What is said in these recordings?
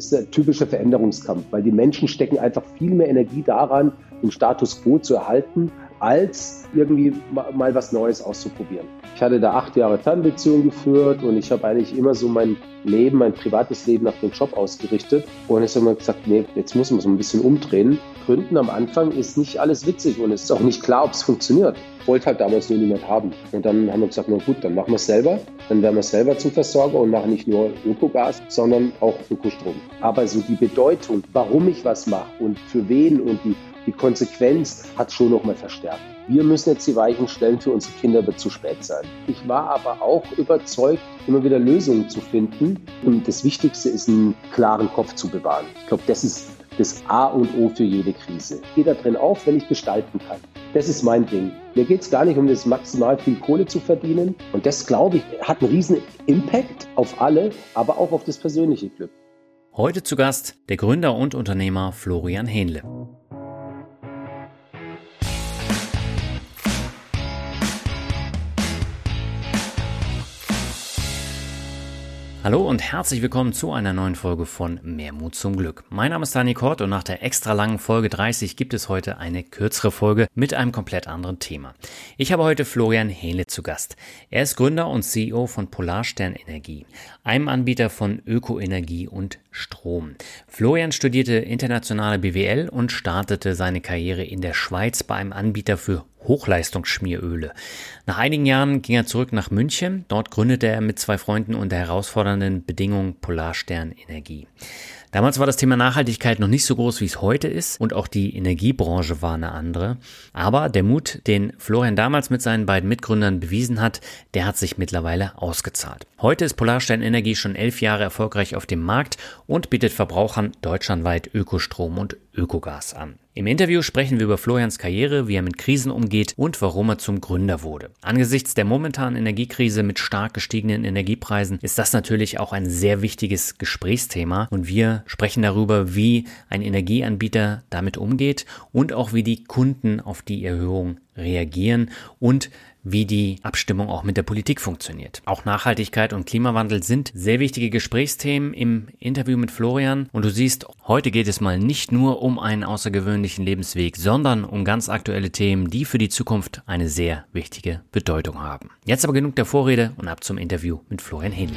ist ein typischer Veränderungskampf, weil die Menschen stecken einfach viel mehr Energie daran, den Status quo zu erhalten, als irgendwie mal was Neues auszuprobieren. Ich hatte da 8 Jahre Fernbeziehung geführt und ich habe eigentlich immer so mein Leben, mein privates Leben nach dem Job ausgerichtet. Und ich habe mir gesagt, nee, jetzt muss man so ein bisschen umdrehen. Gründen am Anfang ist nicht alles witzig und es ist auch nicht klar, ob es funktioniert. Wollte halt damals nur niemand haben. Und dann haben wir gesagt, na gut, dann machen wir es selber. Dann werden wir selber zum Versorger und machen nicht nur Ökogas, sondern auch Ökostrom. Aber so die Bedeutung, warum ich was mache und für wen und die Konsequenz hat schon nochmal verstärkt. Wir müssen jetzt die Weichen stellen, für unsere Kinder wird zu spät sein. Ich war aber auch überzeugt, immer wieder Lösungen zu finden. Und das Wichtigste ist, einen klaren Kopf zu bewahren. Ich glaube, das ist das A und O für jede Krise. Ich gehe da drin auf, wenn ich gestalten kann. Das ist mein Ding. Mir geht es gar nicht um das maximal viel Kohle zu verdienen. Und das, glaube ich, hat einen riesen Impact auf alle, aber auch auf das persönliche Glück. Heute zu Gast der Gründer und Unternehmer Florian Hähnle. Hallo und herzlich willkommen zu einer neuen Folge von Mehr Mut zum Glück. Mein Name ist Dani Kort und nach der extra langen Folge 30 gibt es heute eine kürzere Folge mit einem komplett anderen Thema. Ich habe heute Florian Hähnle zu Gast. Er ist Gründer und CEO von Polarstern Energie, einem Anbieter von Ökoenergie und Strom. Florian studierte internationale BWL und startete seine Karriere in der Schweiz bei einem Anbieter für Hochleistungsschmieröle. Nach einigen Jahren ging er zurück nach München. Dort gründete er mit 2 Freunden unter herausfordernden Bedingungen Polarstern Energie. Damals war das Thema Nachhaltigkeit noch nicht so groß, wie es heute ist, und auch die Energiebranche war eine andere. Aber der Mut, den Florian damals mit seinen beiden Mitgründern bewiesen hat, der hat sich mittlerweile ausgezahlt. Heute ist Polarstern Energie schon 11 Jahre erfolgreich auf dem Markt und bietet Verbrauchern deutschlandweit Ökostrom und Ökogas an. Im Interview sprechen wir über Florians Karriere, wie er mit Krisen umgeht und warum er zum Gründer wurde. Angesichts der momentanen Energiekrise mit stark gestiegenen Energiepreisen ist das natürlich auch ein sehr wichtiges Gesprächsthema und wir sprechen darüber, wie ein Energieanbieter damit umgeht und auch wie die Kunden auf die Erhöhung reagieren und wie die Abstimmung auch mit der Politik funktioniert. Auch Nachhaltigkeit und Klimawandel sind sehr wichtige Gesprächsthemen im Interview mit Florian. Und du siehst, heute geht es mal nicht nur um einen außergewöhnlichen Lebensweg, sondern um ganz aktuelle Themen, die für die Zukunft eine sehr wichtige Bedeutung haben. Jetzt aber genug der Vorrede und ab zum Interview mit Florian Hähnle.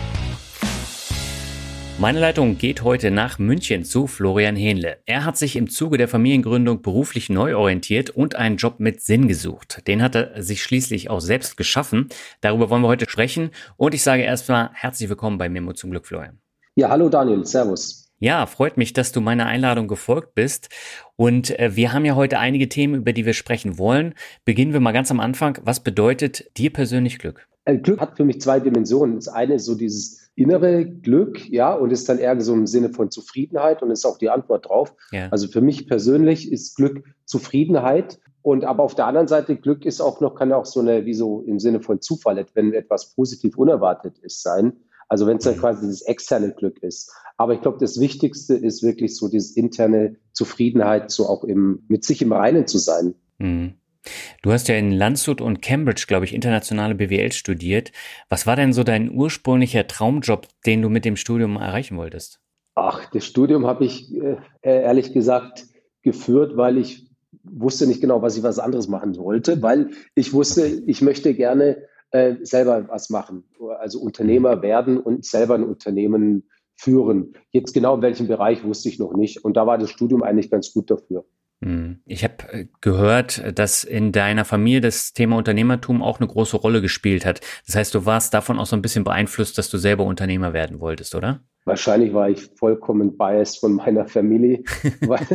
Meine Leitung geht heute nach München zu Florian Hähnle. Er hat sich im Zuge der Familiengründung beruflich neu orientiert und einen Job mit Sinn gesucht. Den hat er sich schließlich auch selbst geschaffen. Darüber wollen wir heute sprechen. Und ich sage erstmal herzlich willkommen bei Mehr Mut zum Glück, Florian. Ja, hallo Daniel, servus. Ja, freut mich, dass du meiner Einladung gefolgt bist. Und wir haben ja heute einige Themen, über die wir sprechen wollen. Beginnen wir mal ganz am Anfang. Was bedeutet dir persönlich Glück? Glück hat für mich 2 Dimensionen. Das eine ist so dieses innere Glück, ja, und ist dann eher so im Sinne von Zufriedenheit und ist auch die Antwort drauf. Ja. Also für mich persönlich ist Glück Zufriedenheit. Und aber auf der anderen Seite, Glück ist auch noch, kann auch so eine, wie so im Sinne von Zufall, wenn etwas positiv unerwartet ist, sein. Also wenn es dann quasi dieses externe Glück ist. Aber ich glaube, das Wichtigste ist wirklich so diese interne Zufriedenheit, so auch mit sich im Reinen zu sein. Mhm. Du hast ja in Landshut und Cambridge, glaube ich, internationale BWL studiert. Was war denn so dein ursprünglicher Traumjob, den du mit dem Studium erreichen wolltest? Ach, das Studium habe ich ehrlich gesagt geführt, weil ich wusste nicht genau, was ich was anderes machen wollte, weil ich wusste, ich möchte gerne selber was machen, also Unternehmer werden und selber ein Unternehmen führen. Jetzt genau in welchem Bereich wusste ich noch nicht und da war das Studium eigentlich ganz gut dafür. Ich habe gehört, dass in deiner Familie das Thema Unternehmertum auch eine große Rolle gespielt hat. Das heißt, du warst davon auch so ein bisschen beeinflusst, dass du selber Unternehmer werden wolltest, oder? Wahrscheinlich war ich vollkommen biased von meiner Familie, weil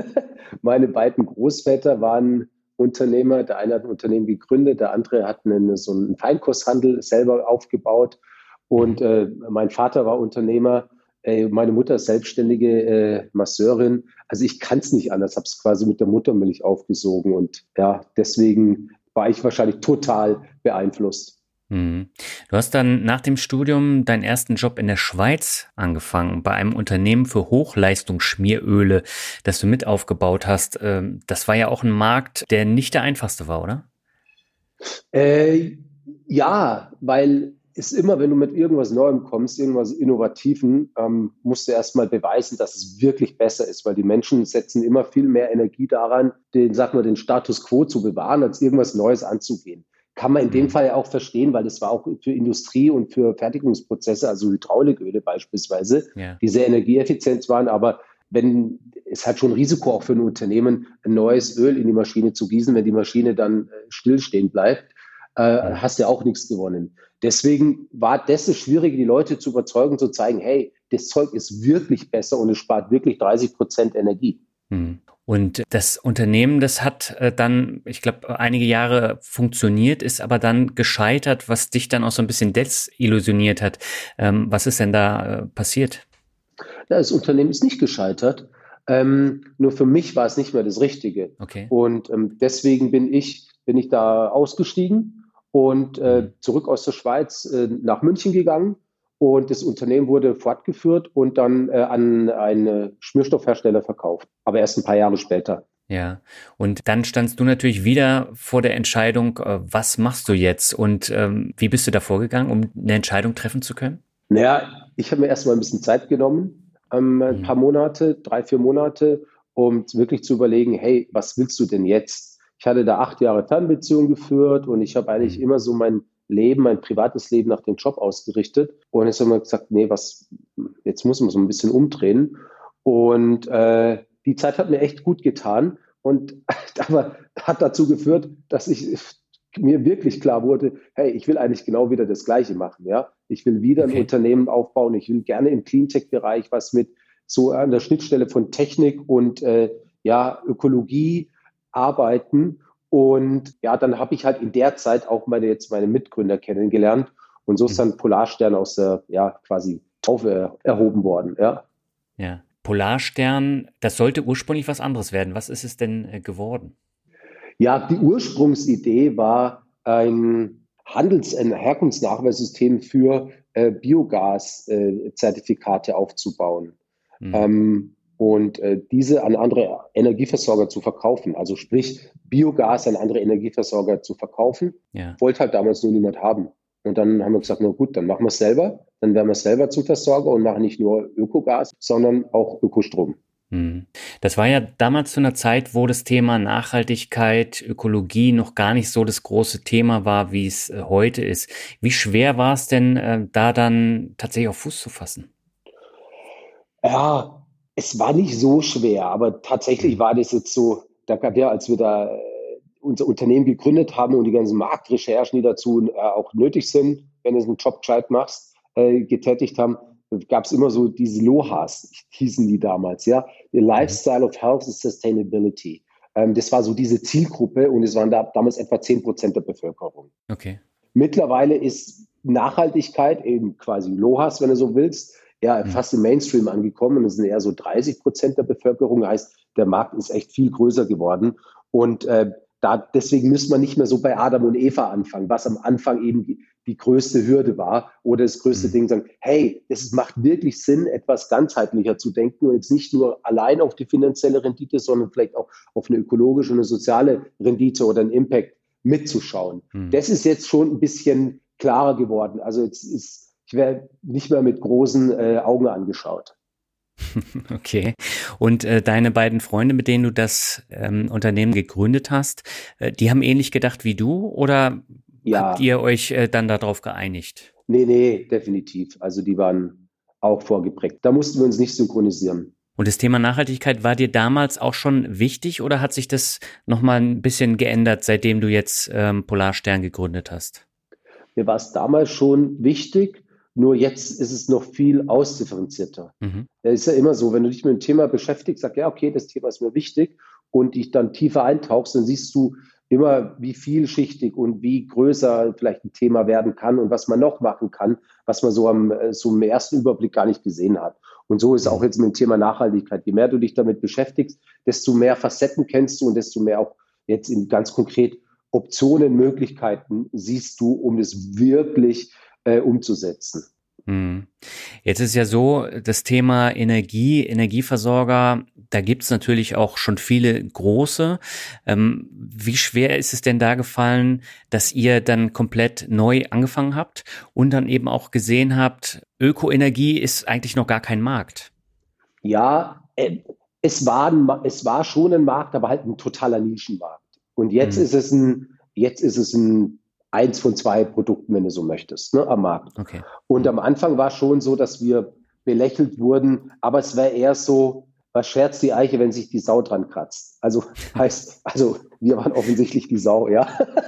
meine beiden Großväter waren Unternehmer. Der eine hat ein Unternehmen gegründet, der andere hat so einen Feinkosthandel selber aufgebaut und mein Vater war Unternehmer. Meine Mutter ist selbstständige Masseurin. Also ich kann es nicht anders, habe es quasi mit der Muttermilch aufgesogen und ja, deswegen war ich wahrscheinlich total beeinflusst. Du hast dann nach dem Studium deinen ersten Job in der Schweiz angefangen, bei einem Unternehmen für Hochleistungsschmieröle, das du mit aufgebaut hast. Das war ja auch ein Markt, der nicht der einfachste war, oder? Ja, weil ist immer, wenn du mit irgendwas Neuem kommst, irgendwas Innovativen, musst du erstmal beweisen, dass es wirklich besser ist, weil die Menschen setzen immer viel mehr Energie daran, den Status quo zu bewahren, als irgendwas Neues anzugehen. Kann man in dem Fall ja auch verstehen, weil das war auch für Industrie und für Fertigungsprozesse, also Hydrauliköle beispielsweise, die sehr energieeffizient waren, aber wenn es hat schon ein Risiko auch für ein Unternehmen, ein neues Öl in die Maschine zu gießen, wenn die Maschine dann stillstehen bleibt, hast du ja auch nichts gewonnen. Deswegen war das schwierig, die Leute zu überzeugen, zu zeigen, hey, das Zeug ist wirklich besser und es spart wirklich 30% Energie. Und das Unternehmen, das hat dann, ich glaube, einige Jahre funktioniert, ist aber dann gescheitert, was dich dann auch so ein bisschen desillusioniert hat. Was ist denn da passiert? Ja, das Unternehmen ist nicht gescheitert. Nur für mich war es nicht mehr das Richtige. Okay. Und deswegen bin ich da ausgestiegen und zurück aus der Schweiz nach München gegangen. Und das Unternehmen wurde fortgeführt und dann an einen Schmierstoffhersteller verkauft. Aber erst ein paar Jahre später. Ja, und dann standst du natürlich wieder vor der Entscheidung, was machst du jetzt? Und wie bist du da vorgegangen, um eine Entscheidung treffen zu können? Naja, ich habe mir erstmal ein bisschen Zeit genommen, ein paar Monate, 3, 4 Monate, um wirklich zu überlegen, hey, was willst du denn jetzt? Ich hatte da 8 Jahre Fernbeziehung geführt und ich habe eigentlich immer so mein privates Leben nach dem Job ausgerichtet. Und jetzt haben wir gesagt, nee, jetzt muss man so ein bisschen umdrehen. Und die Zeit hat mir echt gut getan und aber hat dazu geführt, dass mir wirklich klar wurde, hey, ich will eigentlich genau wieder das Gleiche machen. Ja? Ich will wieder ein Unternehmen aufbauen. Ich will gerne im Cleantech-Bereich was mit so an der Schnittstelle von Technik und Ökologie arbeiten. Und ja, dann habe ich halt in der Zeit auch meine Mitgründer kennengelernt. Und so ist dann Polarstern aus der quasi Taufe erhoben worden. Ja. Polarstern, das sollte ursprünglich was anderes werden. Was ist es denn geworden? Ja, die Ursprungsidee war ein Herkunftsnachweissystem für Biogas-Zertifikate aufzubauen. Und diese an andere Energieversorger zu verkaufen. Also sprich, Biogas an andere Energieversorger zu verkaufen. Ja. Wollte halt damals nur niemand haben. Und dann haben wir gesagt, na gut, dann machen wir es selber. Dann werden wir selber zu Versorger und machen nicht nur Ökogas, sondern auch Ökostrom. Das war ja damals zu einer Zeit, wo das Thema Nachhaltigkeit, Ökologie noch gar nicht so das große Thema war, wie es heute ist. Wie schwer war es denn, da dann tatsächlich auf Fuß zu fassen? Ja, es war nicht so schwer, aber tatsächlich war das jetzt so, als wir da unser Unternehmen gegründet haben und die ganzen Marktrecherchen, die dazu auch nötig sind, wenn du einen Job gescheit machst, getätigt haben, gab es immer so diese LOHAS, hießen die damals, ja, the Lifestyle of Health and Sustainability. Das war so diese Zielgruppe und es waren damals etwa 10% der Bevölkerung. Okay. Mittlerweile ist Nachhaltigkeit eben quasi LOHAS, wenn du so willst, fast im Mainstream angekommen und es sind eher so 30% der Bevölkerung. Heißt, der Markt ist echt viel größer geworden und deswegen müsste man nicht mehr so bei Adam und Eva anfangen, was am Anfang eben die größte Hürde war oder das größte Ding, sagen, hey, es macht wirklich Sinn, etwas ganzheitlicher zu denken und jetzt nicht nur allein auf die finanzielle Rendite, sondern vielleicht auch auf eine ökologische und eine soziale Rendite oder einen Impact mitzuschauen. Das ist jetzt schon ein bisschen klarer geworden. Also ich werde nicht mehr mit großen Augen angeschaut. Okay. Und deine beiden Freunde, mit denen du das Unternehmen gegründet hast, die haben ähnlich gedacht wie du oder habt ihr euch dann darauf geeinigt? Nee, definitiv. Also die waren auch vorgeprägt. Da mussten wir uns nicht synchronisieren. Und das Thema Nachhaltigkeit war dir damals auch schon wichtig oder hat sich das nochmal ein bisschen geändert, seitdem du jetzt Polarstern gegründet hast? Mir war es damals schon wichtig, nur jetzt ist es noch viel ausdifferenzierter. Es ist ja immer so, wenn du dich mit dem Thema beschäftigst, sagst, ja, okay, das Thema ist mir wichtig und dich dann tiefer eintauchst, dann siehst du immer, wie vielschichtig und wie größer vielleicht ein Thema werden kann und was man noch machen kann, was man so im ersten Überblick gar nicht gesehen hat. Und so ist auch jetzt mit dem Thema Nachhaltigkeit. Je mehr du dich damit beschäftigst, desto mehr Facetten kennst du und desto mehr auch jetzt ganz konkret Optionen, Möglichkeiten siehst du, um das wirklich umzusetzen. Jetzt ist ja so, das Thema Energieversorger, Da gibt's natürlich auch schon viele große. Wie schwer ist es denn da gefallen, dass ihr dann komplett neu angefangen habt und dann eben auch gesehen habt, Ökoenergie ist eigentlich noch gar kein Markt? Ja, es war schon ein Markt, aber halt ein totaler Nischenmarkt. Und Hm, jetzt ist es ein eins von zwei Produkten, wenn du so möchtest, ne, am Markt. okay. Und Hm. am Anfang war schon so, dass wir belächelt wurden, aber es wäre eher so, was scherzt die Eiche, wenn sich die Sau dran kratzt? Also also wir waren offensichtlich die Sau, ja.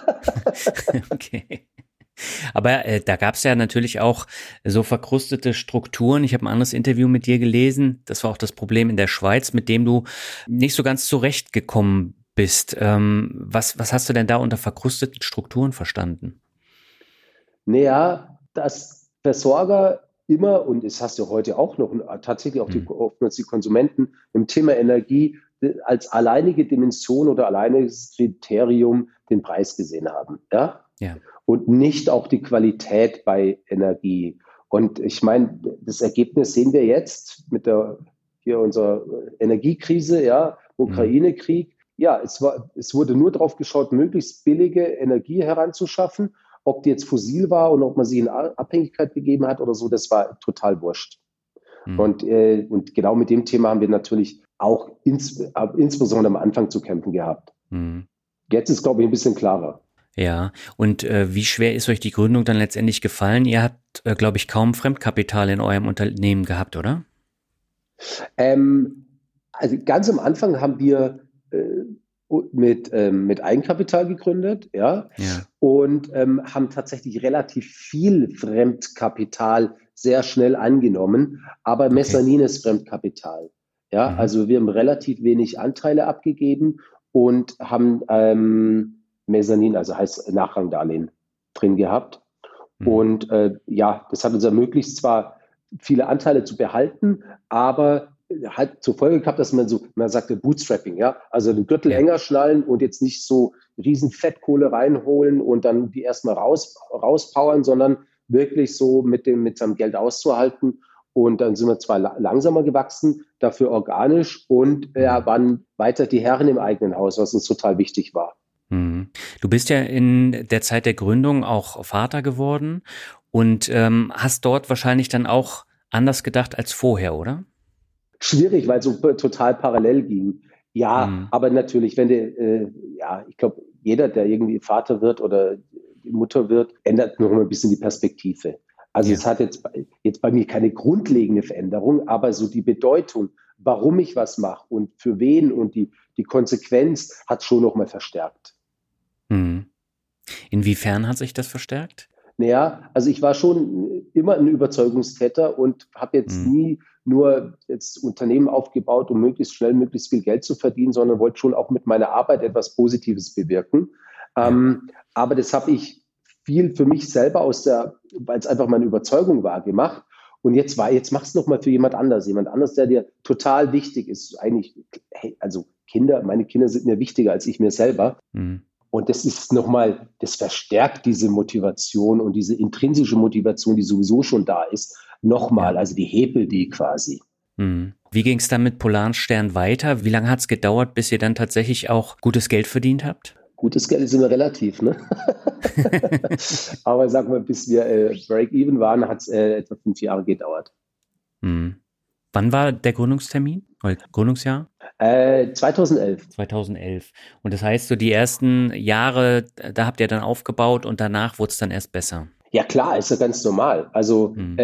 Okay. Aber da gab es ja natürlich auch so verkrustete Strukturen. Ich habe ein anderes Interview mit dir gelesen. Das war auch das Problem in der Schweiz, mit dem du nicht so ganz zurechtgekommen bist. Was hast du denn da unter verkrusteten Strukturen verstanden? Naja, dass Versorger immer, und das hast du heute auch noch, und tatsächlich auch Hm. oftmals die Konsumenten im Thema Energie als alleinige Dimension oder alleiniges Kriterium den Preis gesehen haben. Ja? Ja. Und nicht auch die Qualität bei Energie. Und ich meine, das Ergebnis sehen wir jetzt mit hier unserer Energiekrise, ja, Hm. Ukraine-Krieg. Ja, es wurde nur darauf geschaut, möglichst billige Energie heranzuschaffen. Ob die jetzt fossil war und ob man sie in Abhängigkeit begeben hat oder so, das war total wurscht. Hm. Und genau mit dem Thema haben wir natürlich auch insbesondere am Anfang zu kämpfen gehabt. Hm. Jetzt ist, glaube ich, ein bisschen klarer. Ja, und wie schwer ist euch die Gründung dann letztendlich gefallen? Ihr habt, glaube ich, kaum Fremdkapital in eurem Unternehmen gehabt, oder? Ähm, also ganz am Anfang haben wir mit Eigenkapital gegründet, ja, Ja. und haben tatsächlich relativ viel Fremdkapital sehr schnell angenommen, aber Okay. mezzaninnes Fremdkapital. Ja, Mhm. also wir haben relativ wenig Anteile abgegeben und haben Mezzanin, also heißt Nachrangdarlehen, drin gehabt. Mhm. Und ja, das hat uns ermöglicht, zwar viele Anteile zu behalten, aber hat zur Folge gehabt, dass man sagte Bootstrapping, ja, also den Gürtel Ja. enger schnallen und jetzt nicht so riesen Fettkohle reinholen und dann die erstmal rauspowern, sondern wirklich so mit seinem Geld auszuhalten. Und dann sind wir zwar langsamer gewachsen, dafür organisch und Mhm. waren weiter die Herren im eigenen Haus, was uns total wichtig war. Mhm. Du bist ja in der Zeit der Gründung auch Vater geworden und hast dort wahrscheinlich dann auch anders gedacht als vorher, oder? Schwierig, weil es so total parallel ging. Ja, Mhm. aber natürlich, ja, ich glaube, jeder, der irgendwie Vater wird oder die Mutter wird, ändert noch mal ein bisschen die Perspektive. Also Ja. es hat jetzt bei mir keine grundlegende Veränderung, aber so die Bedeutung, warum ich was mache und für wen und die Konsequenz hat schon noch mal verstärkt. Mhm. Inwiefern hat sich das verstärkt? Naja, also ich war schon immer ein Überzeugungstäter und habe jetzt Mhm. nie nur jetzt Unternehmen aufgebaut, um möglichst schnell möglichst viel Geld zu verdienen, sondern wollte schon auch mit meiner Arbeit etwas Positives bewirken. Ja. Aber das habe ich viel für mich selber weil es einfach meine Überzeugung war, gemacht. Und jetzt mach's noch mal für jemand anders, der dir total wichtig ist. Eigentlich, hey, also meine Kinder sind mir wichtiger als ich mir selber. Mhm. Und das ist nochmal, das verstärkt diese Motivation und diese intrinsische Motivation, die sowieso schon da ist, Ja. nochmal, also die hebelt die quasi. Mhm. Wie ging es dann mit Polarstern weiter? Wie lange hat es gedauert, bis ihr dann tatsächlich auch gutes Geld verdient habt? Gutes Geld ist immer relativ, ne? Aber sag mal, bis wir Break-Even waren, hat es etwa 5 Jahre gedauert. Mhm. Wann war der Gründungstermin? Oder Gründungsjahr? 2011. 2011. Und das heißt, so die ersten Jahre, da habt ihr dann aufgebaut und danach wurde es dann erst besser. Ja klar, ist ja ganz normal. Also Mhm.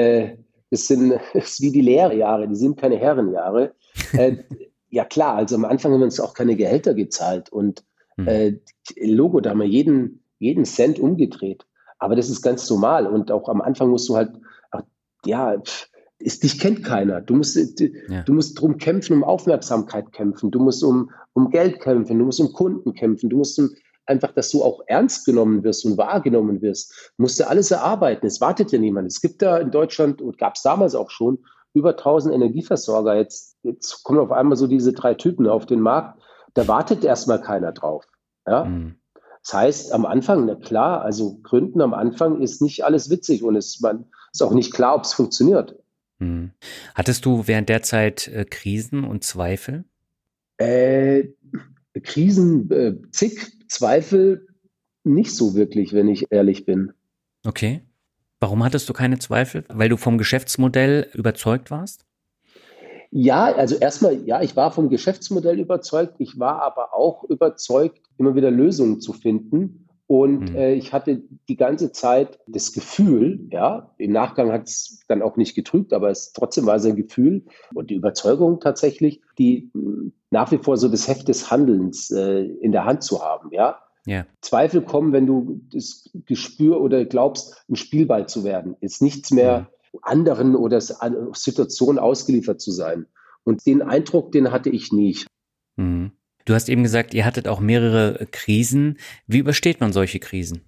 es ist wie die Lehrjahre, die sind keine Herrenjahre. Äh, ja klar, also am Anfang haben wir uns auch keine Gehälter gezahlt und Mhm. äh, Logo, da haben wir jeden Cent umgedreht. Aber das ist ganz normal und auch am Anfang musst du halt, ach, ja, dich kennt keiner. Ja. Du musst drum kämpfen, um Aufmerksamkeit kämpfen, du musst um Geld kämpfen, du musst um Kunden kämpfen, du musst einfach, dass du auch ernst genommen wirst und wahrgenommen wirst, musst du alles erarbeiten. Es wartet ja niemand. Es gibt da in Deutschland und gab es damals auch schon über 1000 Energieversorger. Jetzt kommen auf einmal so diese drei Typen auf den Markt. Da wartet erstmal keiner drauf. Ja? Mhm. Das heißt, am Anfang, na klar, also Gründen am Anfang ist nicht alles witzig und man ist auch nicht klar, ob es funktioniert. Mhm. Hattest du während der Zeit Krisen und Zweifel? Äh, Krisen, zig, Zweifel nicht so wirklich, wenn ich ehrlich bin. Okay. Warum hattest du keine Zweifel? Weil du vom Geschäftsmodell überzeugt warst? Ja, also erstmal, ja, ich war vom Geschäftsmodell überzeugt. Ich war aber auch überzeugt, immer wieder Lösungen zu finden. Und Hm. ich hatte die ganze Zeit das Gefühl, ja, im Nachgang hat es dann auch nicht getrügt, aber trotzdem war es ein Gefühl und die Überzeugung tatsächlich, die nach wie vor so das Heft des Handelns in der Hand zu haben, ja. Ja. Zweifel kommen, wenn du das Gespür oder glaubst, ein Spielball zu werden. Ist nichts Hm. mehr anderen oder Situationen ausgeliefert zu sein. Und den Eindruck, den hatte ich nicht. Hm. Du hast eben gesagt, ihr hattet auch mehrere Krisen. Wie übersteht man solche Krisen?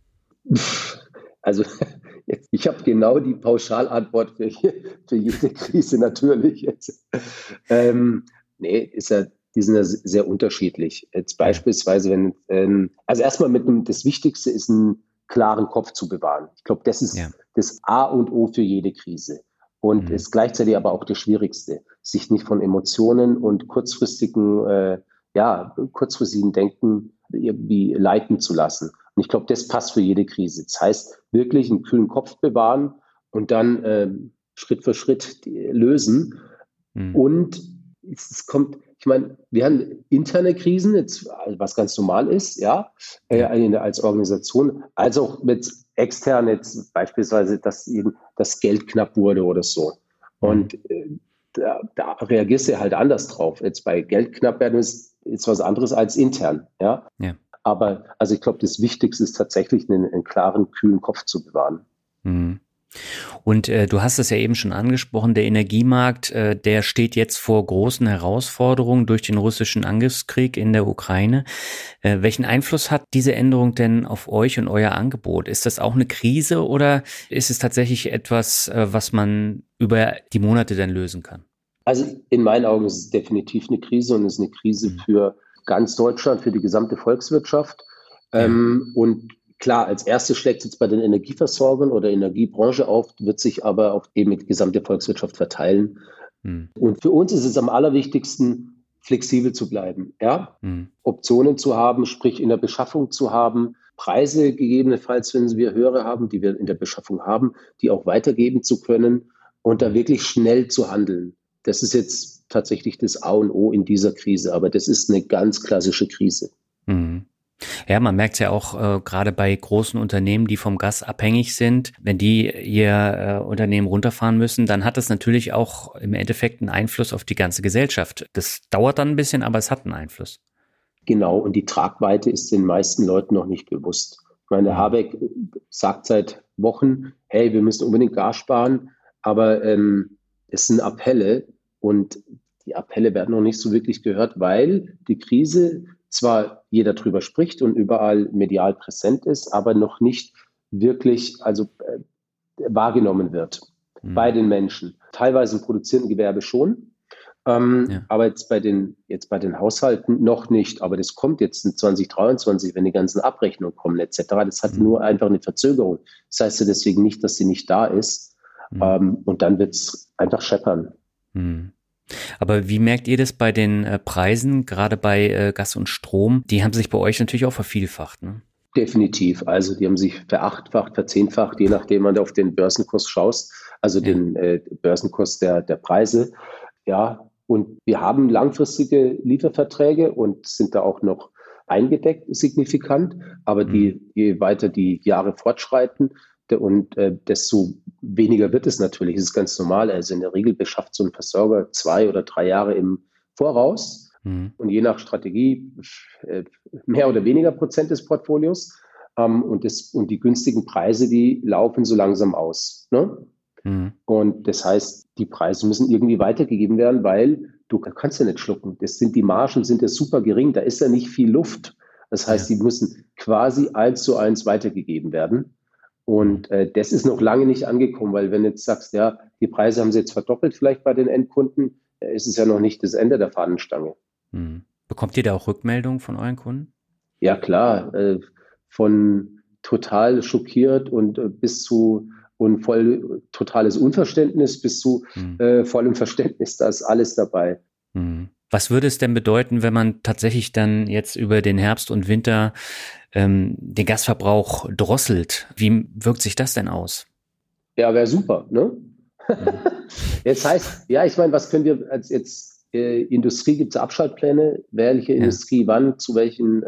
Also ich habe genau die Pauschalantwort für jede Krise natürlich. Nee, die sind ja sehr unterschiedlich. Jetzt Ja. beispielsweise, also erstmal das Wichtigste ist, einen klaren Kopf zu bewahren. Ich glaube, das Ja. ist das A und O für jede Krise. Und Hm. ist gleichzeitig aber auch das Schwierigste, sich nicht von Emotionen und kurzfristigen Denken irgendwie leiten zu lassen. Und ich glaube, das passt für jede Krise. Das heißt, wirklich einen kühlen Kopf bewahren und dann Schritt für Schritt lösen. Hm. Und es kommt, ich meine, wir haben interne Krisen, jetzt, was ganz normal ist, ja, Ja. als Organisation, als auch mit extern, jetzt beispielsweise, dass eben das Geld knapp wurde oder so. Hm. Und da reagierst du halt anders drauf. Jetzt bei Geld knapp werden ist was anderes als intern, ja. Ja. Aber also ich glaube, das Wichtigste ist tatsächlich, einen klaren, kühlen Kopf zu bewahren. Hm. Und du hast es ja eben schon angesprochen, der Energiemarkt, der steht jetzt vor großen Herausforderungen durch den russischen Angriffskrieg in der Ukraine. Welchen Einfluss hat diese Änderung denn auf euch und euer Angebot? Ist das auch eine Krise oder ist es tatsächlich etwas, was man über die Monate dann lösen kann? Also in meinen Augen ist es definitiv eine Krise und es ist eine Krise Hm. für ganz Deutschland, für die gesamte Volkswirtschaft. Ja. Und klar, als erstes schlägt es jetzt bei den Energieversorgern oder Energiebranche auf, wird sich aber auf eben die gesamte Volkswirtschaft verteilen. Hm. Und für uns ist es am allerwichtigsten, flexibel zu bleiben, ja? Hm. Optionen zu haben, sprich in der Beschaffung zu haben, Preise gegebenenfalls, wenn wir höhere haben, die wir in der Beschaffung haben, die auch weitergeben zu können und da wirklich schnell zu handeln. Das ist jetzt tatsächlich das A und O in dieser Krise, aber das ist eine ganz klassische Krise. Hm. Ja, man merkt es ja auch gerade bei großen Unternehmen, die vom Gas abhängig sind. Wenn die ihr Unternehmen runterfahren müssen, dann hat das natürlich auch im Endeffekt einen Einfluss auf die ganze Gesellschaft. Das dauert dann ein bisschen, aber es hat einen Einfluss. Genau, und die Tragweite ist den meisten Leuten noch nicht bewusst. Ich meine, der Hm. Habeck sagt seit Wochen, hey, wir müssen unbedingt Gas sparen, aber es sind Appelle und die Appelle werden noch nicht so wirklich gehört, weil die Krise zwar jeder drüber spricht und überall medial präsent ist, aber noch nicht wirklich wahrgenommen wird bei Hm. den Menschen. Teilweise im produzierenden Gewerbe schon, Ja. aber jetzt bei den Haushalten noch nicht. Aber das kommt jetzt in 2023, wenn die ganzen Abrechnungen kommen etc. Das hat Hm. nur einfach eine Verzögerung. Das heißt ja deswegen nicht, dass sie nicht da ist. Hm. Und dann wird es einfach scheppern. Hm. Aber wie merkt ihr das bei den Preisen, gerade bei Gas und Strom? Die haben sich bei euch natürlich auch vervielfacht, ne? Definitiv. Also die haben sich verachtfacht, verzehnfacht, je nachdem man auf den Börsenkurs schaust, also Ja. den Börsenkurs der Preise. Ja, und wir haben langfristige Lieferverträge und sind da auch noch eingedeckt, signifikant. Aber Hm. je weiter die Jahre fortschreiten, desto weniger wird es natürlich. Das ist ganz normal. Also in der Regel beschafft so ein Versorger 2 oder 3 Jahre im Voraus Hm. und je nach Strategie mehr oder weniger Prozent des Portfolios. Und die günstigen Preise, die laufen so langsam aus. Ne? Hm. Und das heißt, die Preise müssen irgendwie weitergegeben werden, weil du kannst ja nicht schlucken. Die Margen sind ja super gering, da ist ja nicht viel Luft. Das heißt, Ja. die müssen quasi 1:1 weitergegeben werden. Hm. Und das ist noch lange nicht angekommen, weil wenn du jetzt sagst, ja, die Preise haben sie jetzt verdoppelt vielleicht bei den Endkunden, ist es ja noch nicht das Ende der Fahnenstange. Hm. Bekommt ihr da auch Rückmeldungen von euren Kunden? Ja, klar, von total schockiert und bis zu und voll totales Unverständnis bis zu Hm. vollem Verständnis, da ist alles dabei. Hm. Was würde es denn bedeuten, wenn man tatsächlich dann jetzt über den Herbst und Winter den Gasverbrauch drosselt? Wie wirkt sich das denn aus? Ja, wäre super, ne? Jetzt heißt, ja, ich meine, was können wir als jetzt Industrie, gibt es Abschaltpläne, welche Industrie wann zu welchen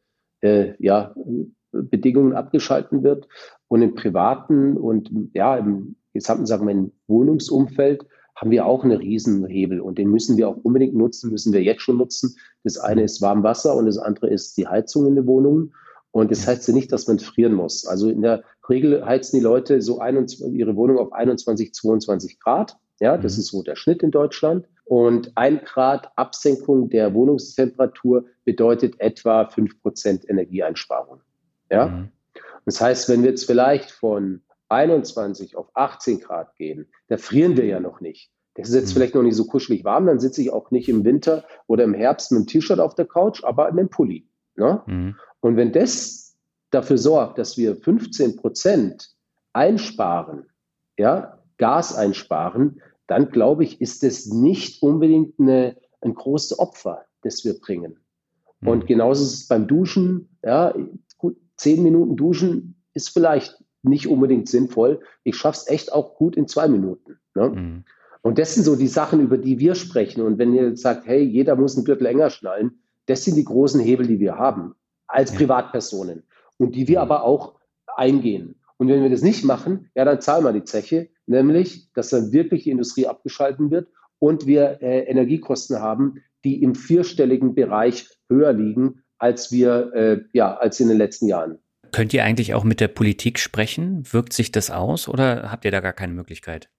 Bedingungen abgeschalten wird. Und im privaten und ja, im gesamten, sagen wir, im Wohnungsumfeld haben wir auch einen Riesenhebel und den müssen wir auch unbedingt nutzen, müssen wir jetzt schon nutzen. Das eine ist Warmwasser und das andere ist die Heizung in den Wohnungen. Und das heißt ja nicht, dass man frieren muss. Also in der Regel heizen die Leute so ihre Wohnung auf 21, 22 Grad. Ja, das ist so der Schnitt in Deutschland. Und 1 Grad Absenkung der Wohnungstemperatur bedeutet etwa 5% Energieeinsparung. Ja, das heißt, wenn wir jetzt vielleicht von 21 auf 18 Grad gehen, da frieren wir ja noch nicht. Das ist jetzt vielleicht noch nicht so kuschelig warm, dann sitze ich auch nicht im Winter oder im Herbst mit einem T-Shirt auf der Couch, aber mit einem Pulli. Ne? Und wenn das dafür sorgt, dass wir 15% einsparen, ja, Gas einsparen, dann glaube ich, ist es nicht unbedingt ein großes Opfer, das wir bringen. Und genauso ist es beim Duschen. Ja, gut, 10 Minuten duschen ist vielleicht nicht unbedingt sinnvoll. Ich schaffe es echt auch gut in 2 Minuten. Ne? Und das sind so die Sachen, über die wir sprechen. Und wenn ihr jetzt sagt, hey, jeder muss einen Gürtel enger schnallen, das sind die großen Hebel, die wir haben als Privatpersonen und die wir aber auch eingehen. Und wenn wir das nicht machen, ja, dann zahlen wir die Zeche, nämlich, dass dann wirklich die Industrie abgeschalten wird und wir Energiekosten haben, die im 4-stelligen Bereich höher liegen, als als in den letzten Jahren. Könnt ihr eigentlich auch mit der Politik sprechen? Wirkt sich das aus oder habt ihr da gar keine Möglichkeit?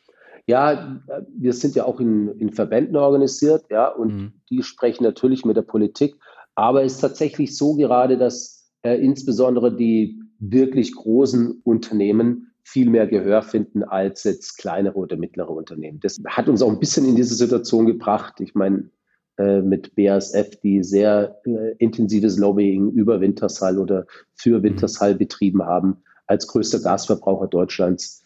Ja, wir sind ja auch in Verbänden organisiert, ja, und die sprechen natürlich mit der Politik. Aber es ist tatsächlich so gerade, dass insbesondere die wirklich großen Unternehmen viel mehr Gehör finden als jetzt kleinere oder mittlere Unternehmen. Das hat uns auch ein bisschen in diese Situation gebracht. Ich meine, mit BASF, die sehr intensives Lobbying über Wintershall oder für Wintershall betrieben haben, als größter Gasverbraucher Deutschlands.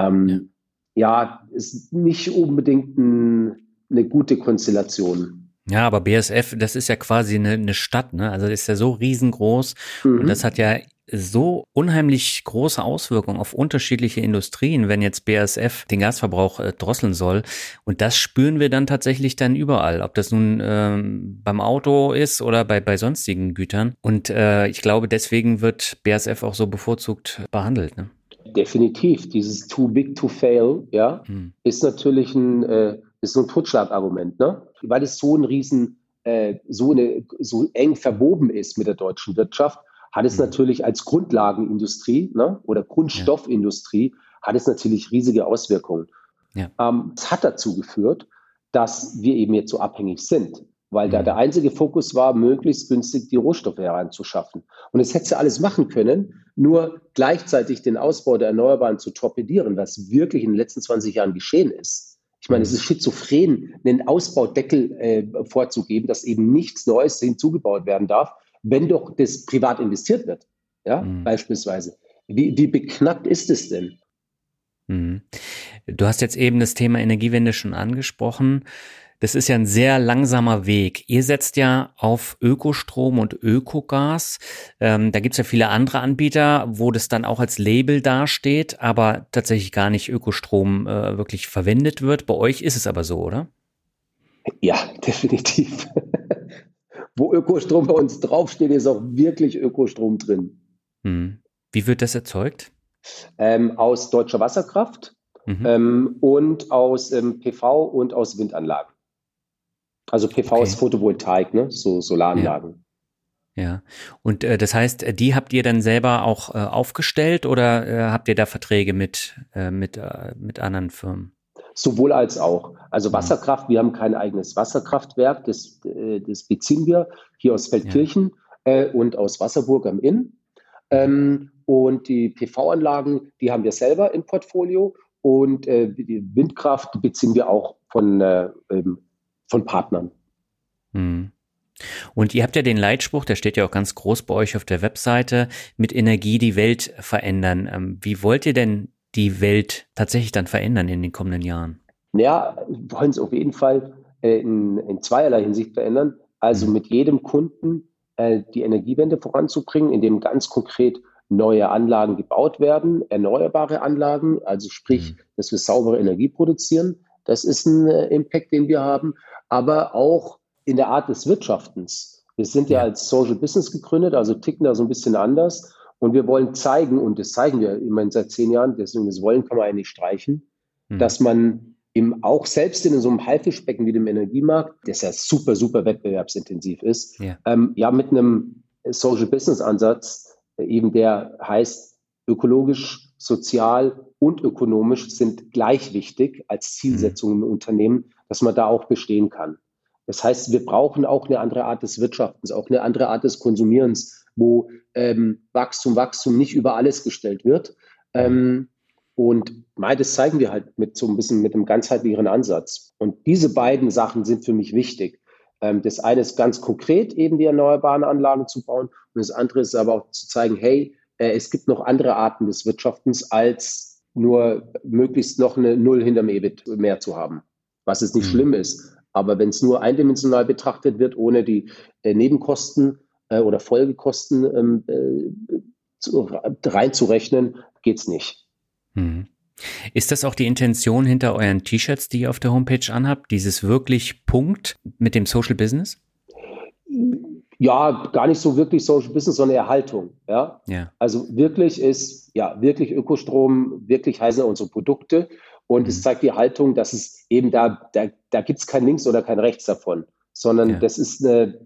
Ist nicht unbedingt eine gute Konstellation. Ja, aber BASF, das ist ja quasi eine Stadt, ne? Also das ist ja so riesengroß und das hat ja so unheimlich große Auswirkungen auf unterschiedliche Industrien, wenn jetzt BASF den Gasverbrauch drosseln soll. Und das spüren wir dann tatsächlich dann überall, ob das nun beim Auto ist oder bei sonstigen Gütern. Und ich glaube, deswegen wird BASF auch so bevorzugt behandelt, ne? Definitiv. Dieses too big to fail, ja, ist natürlich ist so ein Totschlagargument, ne? Weil es so ein so eng verwoben ist mit der deutschen Wirtschaft, hat es natürlich als Grundlagenindustrie, ne, oder Grundstoffindustrie, hat es natürlich riesige Auswirkungen. Ja. Es hat dazu geführt, dass wir eben jetzt so abhängig sind, weil da der einzige Fokus war, möglichst günstig die Rohstoffe heranzuschaffen. Und es hätte alles machen können, nur gleichzeitig den Ausbau der Erneuerbaren zu torpedieren, was wirklich in den letzten 20 Jahren geschehen ist. Ich meine, es ist schizophren, einen Ausbaudeckel vorzugeben, dass eben nichts Neues hinzugebaut werden darf, wenn doch das privat investiert wird, ja, beispielsweise. Wie beknackt ist es denn? Du hast jetzt eben das Thema Energiewende schon angesprochen. Das ist ja ein sehr langsamer Weg. Ihr setzt ja auf Ökostrom und Ökogas. Da gibt's ja viele andere Anbieter, wo das dann auch als Label dasteht, aber tatsächlich gar nicht Ökostrom wirklich verwendet wird. Bei euch ist es aber so, oder? Ja, definitiv. Wo Ökostrom bei uns draufsteht, ist auch wirklich Ökostrom drin. Wie wird das erzeugt? Aus deutscher Wasserkraft und aus PV und aus Windanlagen. Also PV ist Photovoltaik, ne? So Solaranlagen. Ja. Und das heißt, die habt ihr dann selber auch aufgestellt oder habt ihr da Verträge mit anderen Firmen? Sowohl als auch. Also Wasserkraft, wir haben kein eigenes Wasserkraftwerk, das beziehen wir hier aus Feldkirchen und aus Wasserburg am Inn. Und die PV-Anlagen, die haben wir selber im Portfolio und die Windkraft beziehen wir auch von Partnern. Und ihr habt ja den Leitspruch, der steht ja auch ganz groß bei euch auf der Webseite, mit Energie die Welt verändern. Wie wollt ihr denn die Welt tatsächlich dann verändern in den kommenden Jahren? Ja, wir wollen es auf jeden Fall in zweierlei Hinsicht verändern. Also mit jedem Kunden die Energiewende voranzubringen, indem ganz konkret neue Anlagen gebaut werden, erneuerbare Anlagen, also sprich, dass wir saubere Energie produzieren. Das ist ein Impact, den wir haben, aber auch in der Art des Wirtschaftens. Wir sind ja als Social Business gegründet, also ticken da so ein bisschen anders und wir wollen zeigen, und das zeigen wir immerhin seit 10 Jahren, deswegen das Wollen kann man eigentlich streichen, dass man auch selbst in so einem Haifischbecken wie dem Energiemarkt, das ja super, super wettbewerbsintensiv ist, mit einem Social Business Ansatz, eben der heißt, ökologisch, sozial und ökonomisch sind gleich wichtig als Zielsetzung im Unternehmen, dass man da auch bestehen kann. Das heißt, wir brauchen auch eine andere Art des Wirtschaftens, auch eine andere Art des Konsumierens, wo Wachstum nicht über alles gestellt wird. Und das zeigen wir halt mit so ein bisschen mit einem ganzheitlicheren Ansatz. Und diese beiden Sachen sind für mich wichtig. Das eine ist ganz konkret, eben die erneuerbaren Anlagen zu bauen. Und das andere ist aber auch zu zeigen, hey, es gibt noch andere Arten des Wirtschaftens, als nur möglichst noch eine Null hinterm EBIT mehr zu haben. Was es nicht schlimm ist. Aber wenn es nur eindimensional betrachtet wird, ohne die Nebenkosten oder Folgekosten reinzurechnen, geht's nicht. Ist das auch die Intention hinter euren T-Shirts, die ihr auf der Homepage anhabt? Dieses wirklich Punkt mit dem Social Business? Ja, gar nicht so wirklich Social Business, sondern Erhaltung. Ja? Also wirklich wirklich Ökostrom, wirklich heißen unsere Produkte. Und es zeigt die Haltung, dass es eben da gibt es kein Links oder kein Rechts davon, sondern das ist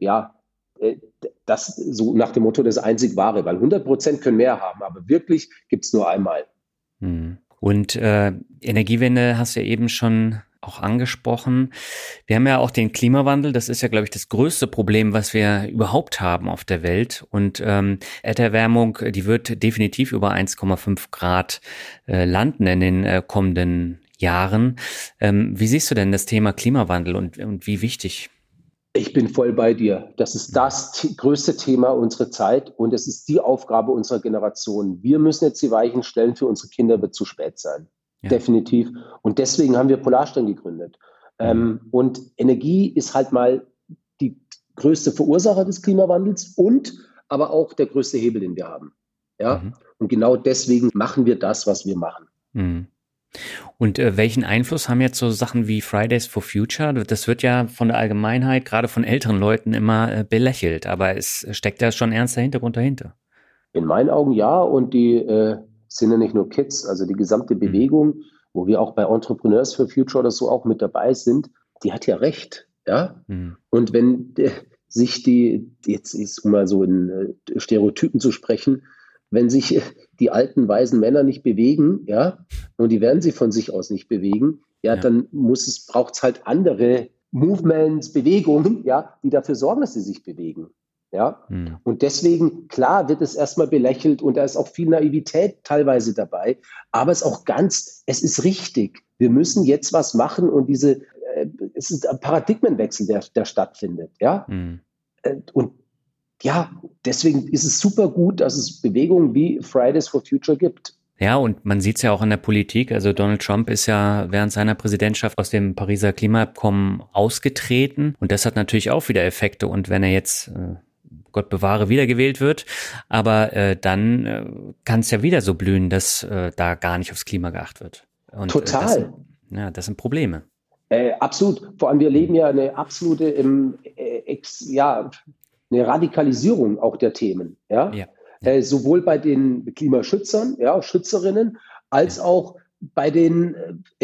das so nach dem Motto das einzig Wahre, weil 100% können mehr haben, aber wirklich gibt es nur einmal. Und Energiewende hast du ja eben schon auch angesprochen. Wir haben ja auch den Klimawandel. Das ist ja, glaube ich, das größte Problem, was wir überhaupt haben auf der Welt. Und Erderwärmung, die wird definitiv über 1,5 Grad landen in den kommenden Jahren. Wie siehst du denn das Thema Klimawandel und wie wichtig? Ich bin voll bei dir. Das ist das größte Thema unserer Zeit und es ist die Aufgabe unserer Generation. Wir müssen jetzt die Weichen stellen, für unsere Kinder wird zu spät sein. Definitiv. Und deswegen haben wir Polarstern gegründet. Und Energie ist halt mal die größte Verursacher des Klimawandels und aber auch der größte Hebel, den wir haben. Und genau deswegen machen wir das, was wir machen. Und welchen Einfluss haben jetzt so Sachen wie Fridays for Future? Das wird ja von der Allgemeinheit, gerade von älteren Leuten, immer belächelt. Aber es steckt ja schon ein ernster Hintergrund dahinter. In meinen Augen ja. Und die sind ja nicht nur Kids, also die gesamte Bewegung, wo wir auch bei Entrepreneurs for Future oder so auch mit dabei sind, die hat ja recht. Und wenn sich jetzt ist, um mal so in Stereotypen zu sprechen, wenn sich die alten, weisen Männer nicht bewegen, und die werden sie von sich aus nicht bewegen, dann braucht es halt andere Movements, Bewegungen, die dafür sorgen, dass sie sich bewegen. Und deswegen, klar, wird es erstmal belächelt und da ist auch viel Naivität teilweise dabei, aber es ist richtig. Wir müssen jetzt was machen und es ist ein Paradigmenwechsel, der stattfindet, Und deswegen ist es super gut, dass es Bewegungen wie Fridays for Future gibt. Ja, und man sieht es ja auch in der Politik. Also Donald Trump ist ja während seiner Präsidentschaft aus dem Pariser Klimaabkommen ausgetreten. Und das hat natürlich auch wieder Effekte. Und wenn er jetzt, Gott bewahre, wiedergewählt wird, aber dann kann es ja wieder so blühen, dass da gar nicht aufs Klima geachtet wird. Und, total. Das sind Probleme. Absolut. Vor allem, wir leben ja eine absolute eine Radikalisierung auch der Themen, sowohl bei den Klimaschützern, Schützerinnen, als auch bei den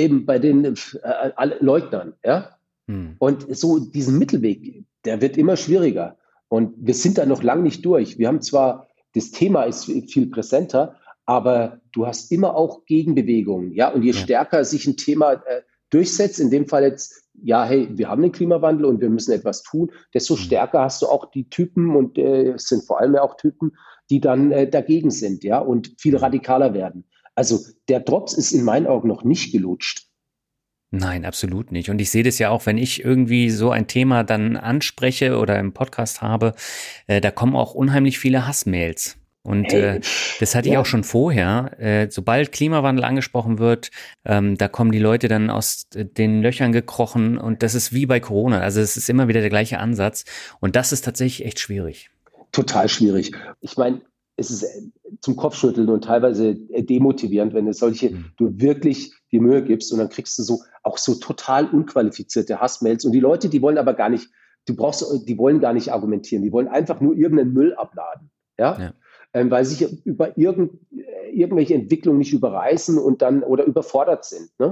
Leugnern, Und so diesen Mittelweg, der wird immer schwieriger und wir sind da noch lange nicht durch. Wir haben zwar, das Thema ist viel präsenter, aber du hast immer auch Gegenbewegungen, und je stärker sich ein Thema durchsetzt, in dem Fall jetzt, wir haben den Klimawandel und wir müssen etwas tun, desto stärker hast du auch die Typen und es sind vor allem ja auch Typen, die dann dagegen sind, und viel radikaler werden. Also der Drops ist in meinen Augen noch nicht gelutscht. Nein, absolut nicht. Und ich sehe das ja auch, wenn ich irgendwie so ein Thema dann anspreche oder im Podcast habe, da kommen auch unheimlich viele Hassmails. Und das hatte ich auch schon vorher. Sobald Klimawandel angesprochen wird, da kommen die Leute dann aus den Löchern gekrochen und das ist wie bei Corona. Also es ist immer wieder der gleiche Ansatz und das ist tatsächlich echt schwierig. Total schwierig. Ich meine, es ist zum Kopfschütteln und teilweise demotivierend, wenn du wirklich die Mühe gibst und dann kriegst du auch so total unqualifizierte Hassmails und die Leute, die wollen aber gar nicht, die wollen gar nicht argumentieren, die wollen einfach nur irgendeinen Müll abladen, ja? Weil sie sich über irgendwelche Entwicklungen nicht überreißen und dann oder überfordert sind, ne?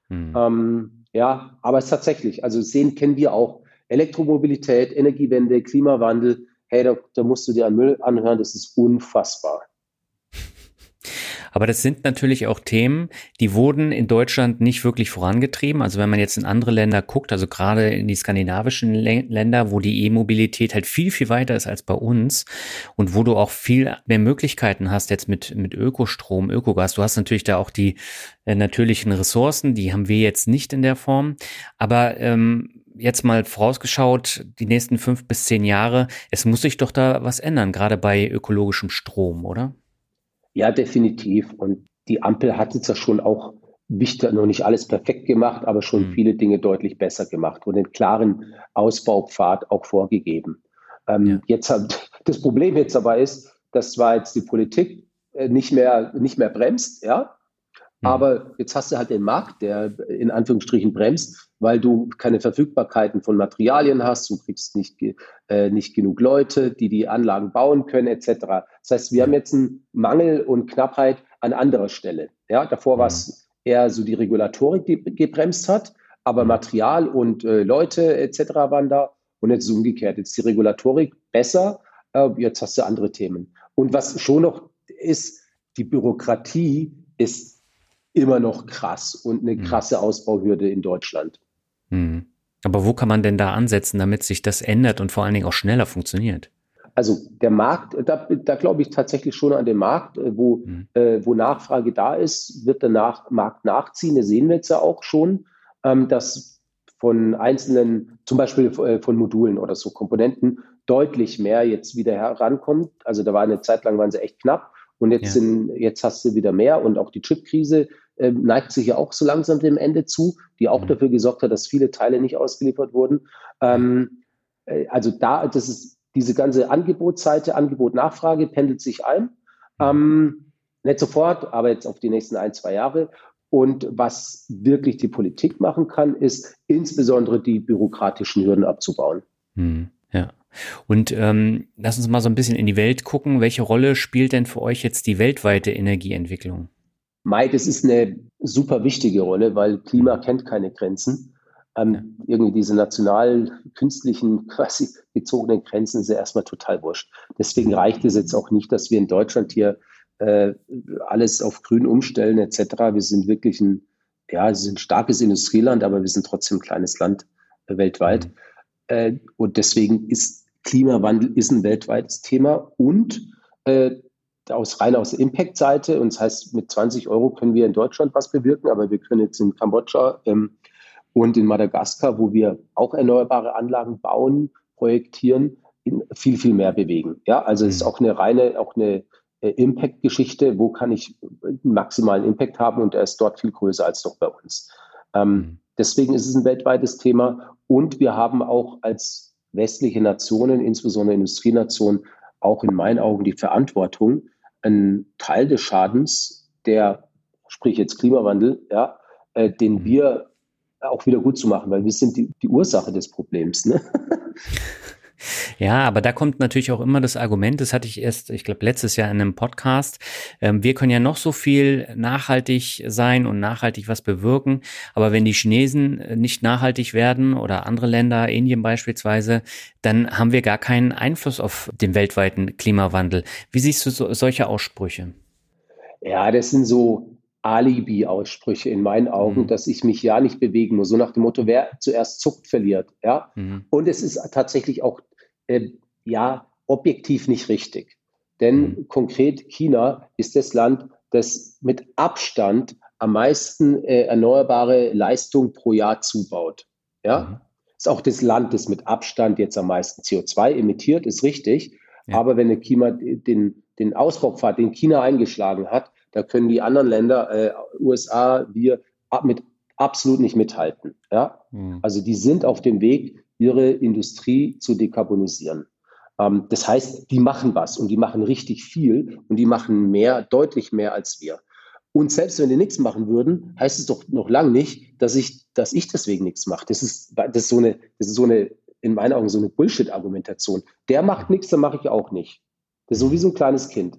Aber es ist tatsächlich, also kennen wir auch Elektromobilität, Energiewende, Klimawandel. Hey, da musst du dir an Müll anhören, das ist unfassbar. Aber das sind natürlich auch Themen, die wurden in Deutschland nicht wirklich vorangetrieben. Also wenn man jetzt in andere Länder guckt, also gerade in die skandinavischen Länder, wo die E-Mobilität halt viel, viel weiter ist als bei uns und wo du auch viel mehr Möglichkeiten hast jetzt mit Ökostrom, Ökogas. Du hast natürlich da auch die natürlichen Ressourcen, die haben wir jetzt nicht in der Form. Aber jetzt mal vorausgeschaut, die nächsten 5 bis 10 Jahre, es muss sich doch da was ändern, gerade bei ökologischem Strom, oder? Ja, definitiv. Und die Ampel hat jetzt ja schon auch noch nicht alles perfekt gemacht, aber schon viele Dinge deutlich besser gemacht und einen klaren Ausbaupfad auch vorgegeben. Das Problem jetzt aber ist, dass zwar jetzt die Politik nicht mehr bremst, ja, aber jetzt hast du halt den Markt, der in Anführungsstrichen bremst, weil du keine Verfügbarkeiten von Materialien hast, du kriegst nicht genug Leute, die Anlagen bauen können, etc. Das heißt, wir haben jetzt einen Mangel und Knappheit an anderer Stelle. Ja, davor war es eher so die Regulatorik, die gebremst hat, aber Material und Leute etc. waren da und jetzt ist es umgekehrt. Jetzt ist die Regulatorik besser, jetzt hast du andere Themen. Und was schon noch ist, die Bürokratie ist immer noch krass und eine krasse Ausbauhürde in Deutschland. Aber wo kann man denn da ansetzen, damit sich das ändert und vor allen Dingen auch schneller funktioniert? Also der Markt, da glaube ich tatsächlich schon an den Markt, wo Nachfrage da ist, wird der Markt nachziehen. Das sehen wir jetzt ja auch schon, dass von einzelnen, zum Beispiel von Modulen oder so Komponenten, deutlich mehr jetzt wieder herankommt. Also da war eine Zeit lang, waren sie echt knapp und jetzt hast du wieder mehr und auch die Chipkrise neigt sich ja auch so langsam dem Ende zu, die auch dafür gesorgt hat, dass viele Teile nicht ausgeliefert wurden. Das ist diese ganze Angebotsseite, Angebot-Nachfrage pendelt sich ein. Nicht sofort, aber jetzt auf die nächsten 1-2 Jahre. Und was wirklich die Politik machen kann, ist insbesondere die bürokratischen Hürden abzubauen. Ja. Und lass uns mal so ein bisschen in die Welt gucken. Welche Rolle spielt denn für euch jetzt die weltweite Energieentwicklung? Das ist eine super wichtige Rolle, weil Klima kennt keine Grenzen. Irgendwie diese national künstlichen quasi gezogenen Grenzen sind erstmal total wurscht. Deswegen reicht es jetzt auch nicht, dass wir in Deutschland hier alles auf grün umstellen etc. Wir sind wirklich ein starkes Industrieland, aber wir sind trotzdem ein kleines Land weltweit. Und deswegen ist Klimawandel ein weltweites Thema und aus der Impact-Seite, und das heißt, mit 20 € können wir in Deutschland was bewirken, aber wir können jetzt in Kambodscha und in Madagaskar, wo wir auch erneuerbare Anlagen bauen, projektieren, viel, viel mehr bewegen. Ja, also es ist auch eine Impact-Geschichte, wo kann ich einen maximalen Impact haben und der ist dort viel größer als doch bei uns. Deswegen ist es ein weltweites Thema und wir haben auch als westliche Nationen, insbesondere Industrienationen, auch in meinen Augen die Verantwortung, einen Teil des Schadens, sprich jetzt Klimawandel, den wir auch wieder gut zu machen, weil wir sind die Ursache des Problems. Ne? Ja, aber da kommt natürlich auch immer das Argument, das hatte ich erst, ich glaube, letztes Jahr in einem Podcast, wir können ja noch so viel nachhaltig sein und nachhaltig was bewirken, aber wenn die Chinesen nicht nachhaltig werden oder andere Länder, Indien beispielsweise, dann haben wir gar keinen Einfluss auf den weltweiten Klimawandel. Wie siehst du solche Aussprüche? Ja, das sind so Alibi-Aussprüche in meinen Augen, dass ich mich ja nicht bewegen muss. So nach dem Motto, wer zuerst zuckt, verliert. Ja? Und es ist tatsächlich auch objektiv nicht richtig. Denn konkret China ist das Land, das mit Abstand am meisten erneuerbare Leistung pro Jahr zubaut. Ja? Ist auch das Land, das mit Abstand jetzt am meisten CO2 emittiert, ist richtig. Ja. Aber wenn China den den Ausbaupfad, den China eingeschlagen hat, da können die anderen Länder, USA, wir mit absolut nicht mithalten. Ja? Also die sind auf dem Weg, ihre Industrie zu dekarbonisieren. Das heißt, die machen was und die machen richtig viel und die machen mehr, deutlich mehr als wir. Und selbst wenn die nichts machen würden, heißt es doch noch lange nicht, dass ich deswegen nichts mache. Das ist so eine, in meinen Augen, so eine Bullshit-Argumentation. Der macht nichts, dann mache ich auch nicht. Das ist so wie so ein kleines Kind.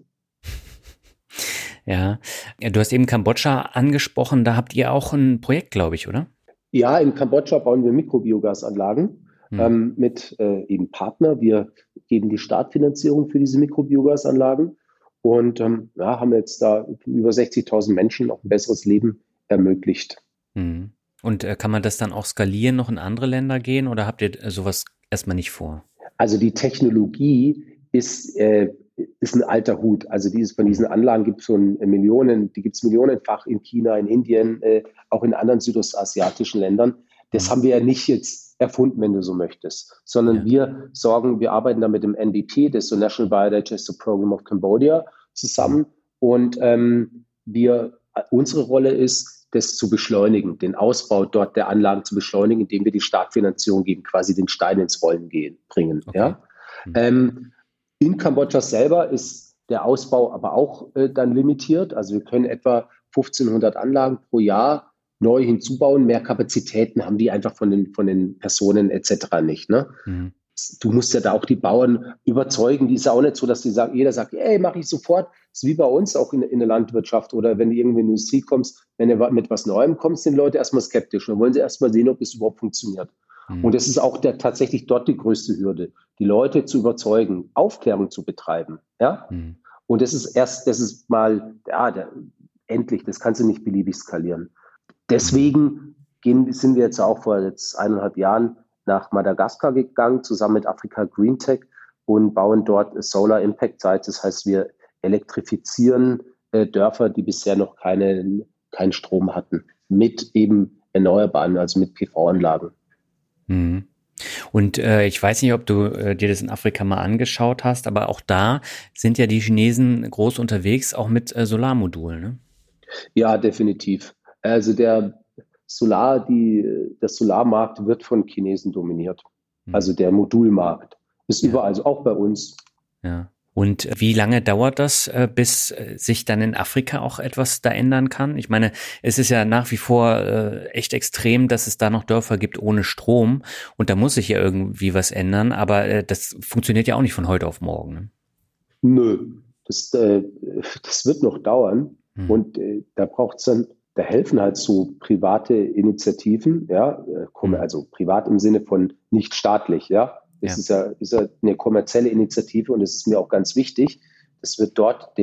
Ja, du hast eben Kambodscha angesprochen, da habt ihr auch ein Projekt, glaube ich, oder? Ja, in Kambodscha bauen wir Mikrobiogasanlagen mit eben Partner. Wir geben die Startfinanzierung für diese Mikrobiogasanlagen und haben jetzt da über 60.000 Menschen auch ein besseres Leben ermöglicht. Und kann man das dann auch skalieren, noch in andere Länder gehen oder habt ihr sowas erstmal nicht vor? Also die Technologie ist ein alter Hut. Also von diesen Anlagen gibt es schon Millionen, die gibt es millionenfach in China, in Indien, auch in anderen südostasiatischen Ländern. Das haben wir ja nicht jetzt erfunden, wenn du so möchtest, sondern wir arbeiten da mit dem NDP, das ist so National Biodigestor Program of Cambodia, zusammen. Und unsere Rolle ist, das zu beschleunigen, den Ausbau dort der Anlagen zu beschleunigen, indem wir die Startfinanzierung geben, quasi den Stein ins Rollen bringen. Okay. Ja? In Kambodscha selber ist der Ausbau aber auch dann limitiert. Also wir können etwa 1.500 Anlagen pro Jahr neu hinzubauen. Mehr Kapazitäten haben die einfach von den Personen etc. nicht. Ne? Du musst ja da auch die Bauern überzeugen. Die ist ja auch nicht so, dass jeder sagt, ey, mache ich sofort. Das ist wie bei uns auch in der Landwirtschaft oder wenn du irgendwie in die Industrie kommst, wenn du mit was Neuem kommst, sind Leute erstmal skeptisch. Dann wollen sie erstmal sehen, ob es überhaupt funktioniert. Und das ist auch tatsächlich dort die größte Hürde, die Leute zu überzeugen, Aufklärung zu betreiben. Ja? Und das ist endlich, das kannst du nicht beliebig skalieren. Deswegen sind wir jetzt auch vor 1,5 Jahren nach Madagaskar gegangen, zusammen mit Africa Green Tech und bauen dort Solar Impact Sites. Das heißt, wir elektrifizieren Dörfer, die bisher noch keinen Strom hatten, mit eben Erneuerbaren, also mit PV-Anlagen. Und ich weiß nicht, ob du dir das in Afrika mal angeschaut hast, aber auch da sind ja die Chinesen groß unterwegs, auch mit Solarmodulen, ne? Ja, definitiv. Also der Solarmarkt wird von Chinesen dominiert. Also der Modulmarkt ist überall, also auch bei uns. Ja. Und wie lange dauert das, bis sich dann in Afrika auch etwas da ändern kann? Ich meine, es ist ja nach wie vor echt extrem, dass es da noch Dörfer gibt ohne Strom und da muss sich ja irgendwie was ändern, aber das funktioniert ja auch nicht von heute auf morgen. Ne? Nö, das wird noch dauern und da helfen halt so private Initiativen, ja, also privat im Sinne von nicht staatlich, ja. Das ist ja eine kommerzielle Initiative und das ist mir auch ganz wichtig. Das wird dort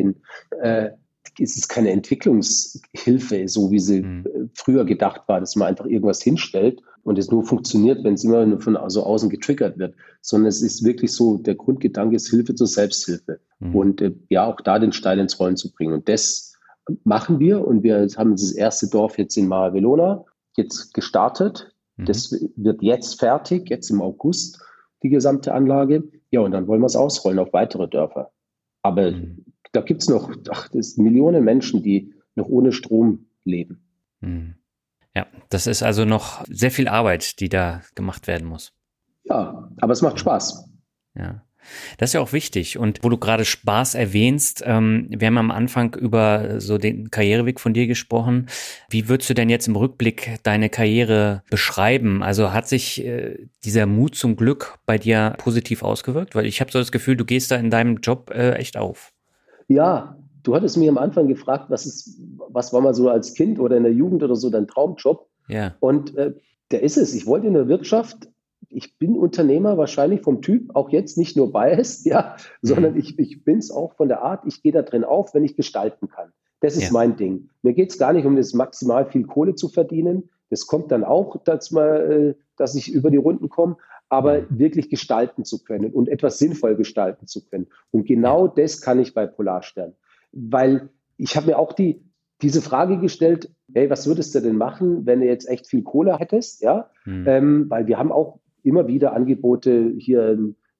es ist keine Entwicklungshilfe, so wie sie früher gedacht war, dass man einfach irgendwas hinstellt und es nur funktioniert, wenn es immer nur von außen getriggert wird, sondern es ist wirklich so, der Grundgedanke ist Hilfe zur Selbsthilfe und auch da den Stein ins Rollen zu bringen. Und das machen wir und wir haben das erste Dorf jetzt in Marawelona jetzt gestartet. Das wird jetzt fertig, jetzt im August. Die gesamte Anlage. Ja, und dann wollen wir es ausrollen auf weitere Dörfer. Aber da gibt es noch Millionen Menschen, die noch ohne Strom leben. Ja, das ist also noch sehr viel Arbeit, die da gemacht werden muss. Ja, aber es macht Spaß. Ja. Das ist ja auch wichtig. Und wo du gerade Spaß erwähnst, wir haben am Anfang über so den Karriereweg von dir gesprochen. Wie würdest du denn jetzt im Rückblick deine Karriere beschreiben? Also hat sich dieser Mut zum Glück bei dir positiv ausgewirkt? Weil ich habe so das Gefühl, du gehst da in deinem Job echt auf. Ja, du hattest mich am Anfang gefragt, was war mal so als Kind oder in der Jugend oder so dein Traumjob? Ja. Und der ist es. Ich wollte in der Wirtschaft. Ich bin Unternehmer wahrscheinlich vom Typ, auch jetzt nicht nur biased, sondern ich bin es auch von der Art, ich gehe da drin auf, wenn ich gestalten kann. Das ist mein Ding. Mir geht es gar nicht um das maximal viel Kohle zu verdienen. Das kommt dann auch, dass ich über die Runden komme, aber wirklich gestalten zu können und etwas sinnvoll gestalten zu können. Und genau das kann ich bei Polarstern. Weil ich habe mir auch diese Frage gestellt, hey, was würdest du denn machen, wenn du jetzt echt viel Kohle hättest? Ja? Weil wir haben auch immer wieder Angebote hier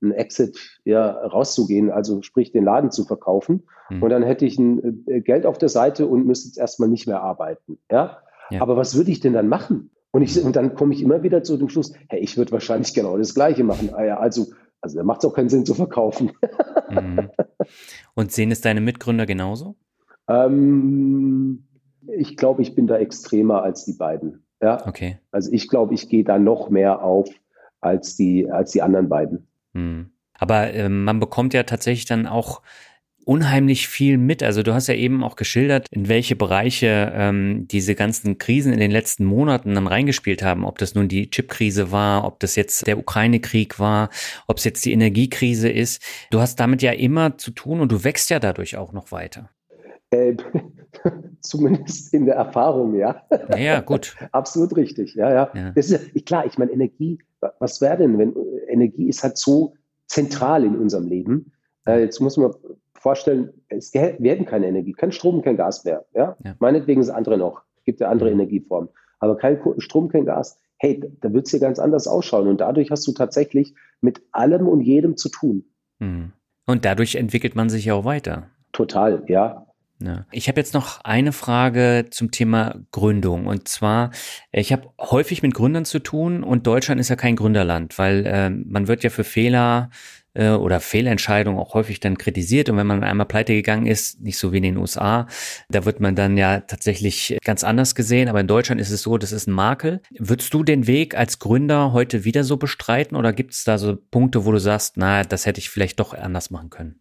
einen Exit rauszugehen, also sprich den Laden zu verkaufen. Und dann hätte ich ein Geld auf der Seite und müsste jetzt erstmal nicht mehr arbeiten. Ja? Aber was würde ich denn dann machen? Und dann komme ich immer wieder zu dem Schluss, hey, ich würde wahrscheinlich genau das Gleiche machen. Also da macht es auch keinen Sinn zu verkaufen. Und sehen es deine Mitgründer genauso? Ich glaube, ich bin da extremer als die beiden. Ja? Okay. Also ich glaube, ich gehe da noch mehr auf als die anderen beiden. Aber man bekommt ja tatsächlich dann auch unheimlich viel mit. Also du hast ja eben auch geschildert, in welche Bereiche diese ganzen Krisen in den letzten Monaten dann reingespielt haben. Ob das nun die Chipkrise war, ob das jetzt der Ukraine-Krieg war, ob es jetzt die Energiekrise ist. Du hast damit ja immer zu tun und du wächst ja dadurch auch noch weiter. Zumindest in der Erfahrung, ja. Ja, gut. Absolut richtig, ja. Das ist klar, ich meine, Energie, was wäre denn, wenn Energie ist halt so zentral in unserem Leben. Jetzt muss man vorstellen, es werden keine Energie, kein Strom, kein Gas mehr. Ja? Meinetwegen ist andere noch, es gibt ja andere Energieformen, aber kein Strom, kein Gas. Hey, da wird es hier ganz anders ausschauen und dadurch hast du tatsächlich mit allem und jedem zu tun. Und dadurch entwickelt man sich ja auch weiter. Total, ja. Ich habe jetzt noch eine Frage zum Thema Gründung. Und zwar, ich habe häufig mit Gründern zu tun und Deutschland ist ja kein Gründerland, weil man wird ja für Fehler oder Fehlentscheidungen auch häufig dann kritisiert. Und wenn man einmal pleite gegangen ist, nicht so wie in den USA, da wird man dann ja tatsächlich ganz anders gesehen. Aber in Deutschland ist es so, das ist ein Makel. Würdest du den Weg als Gründer heute wieder so bestreiten oder gibt es da so Punkte, wo du sagst, na, das hätte ich vielleicht doch anders machen können?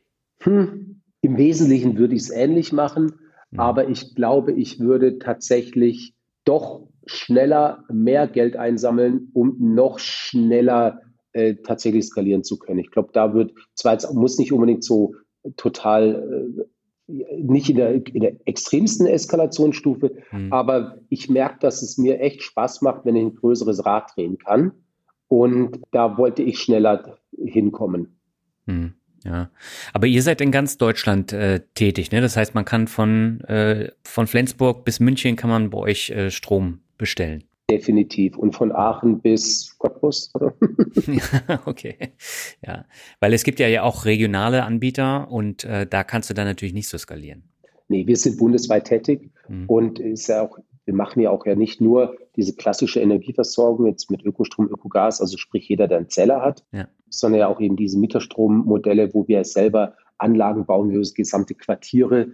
Im Wesentlichen würde ich es ähnlich machen, aber ich glaube, ich würde tatsächlich doch schneller mehr Geld einsammeln, um noch schneller tatsächlich skalieren zu können. Ich glaube, da wird zwar jetzt muss nicht unbedingt so total nicht in der extremsten Eskalationsstufe, aber ich merke, dass es mir echt Spaß macht, wenn ich ein größeres Rad drehen kann. Und da wollte ich schneller hinkommen. Ja, aber ihr seid in ganz Deutschland tätig, ne? Das heißt, man kann von Flensburg bis München kann man bei euch Strom bestellen. Definitiv. Und von Aachen bis Cottbus, oder? Ja, okay. Ja, weil es gibt ja auch regionale Anbieter und da kannst du dann natürlich nicht so skalieren. Nee, wir sind bundesweit tätig und ist ja auch, wir machen ja auch nicht nur diese klassische Energieversorgung jetzt mit Ökostrom, Ökogas, also sprich jeder, der einen Zähler hat, sondern ja auch eben diese Mieterstrommodelle, wo wir selber Anlagen bauen, wo das gesamte Quartiere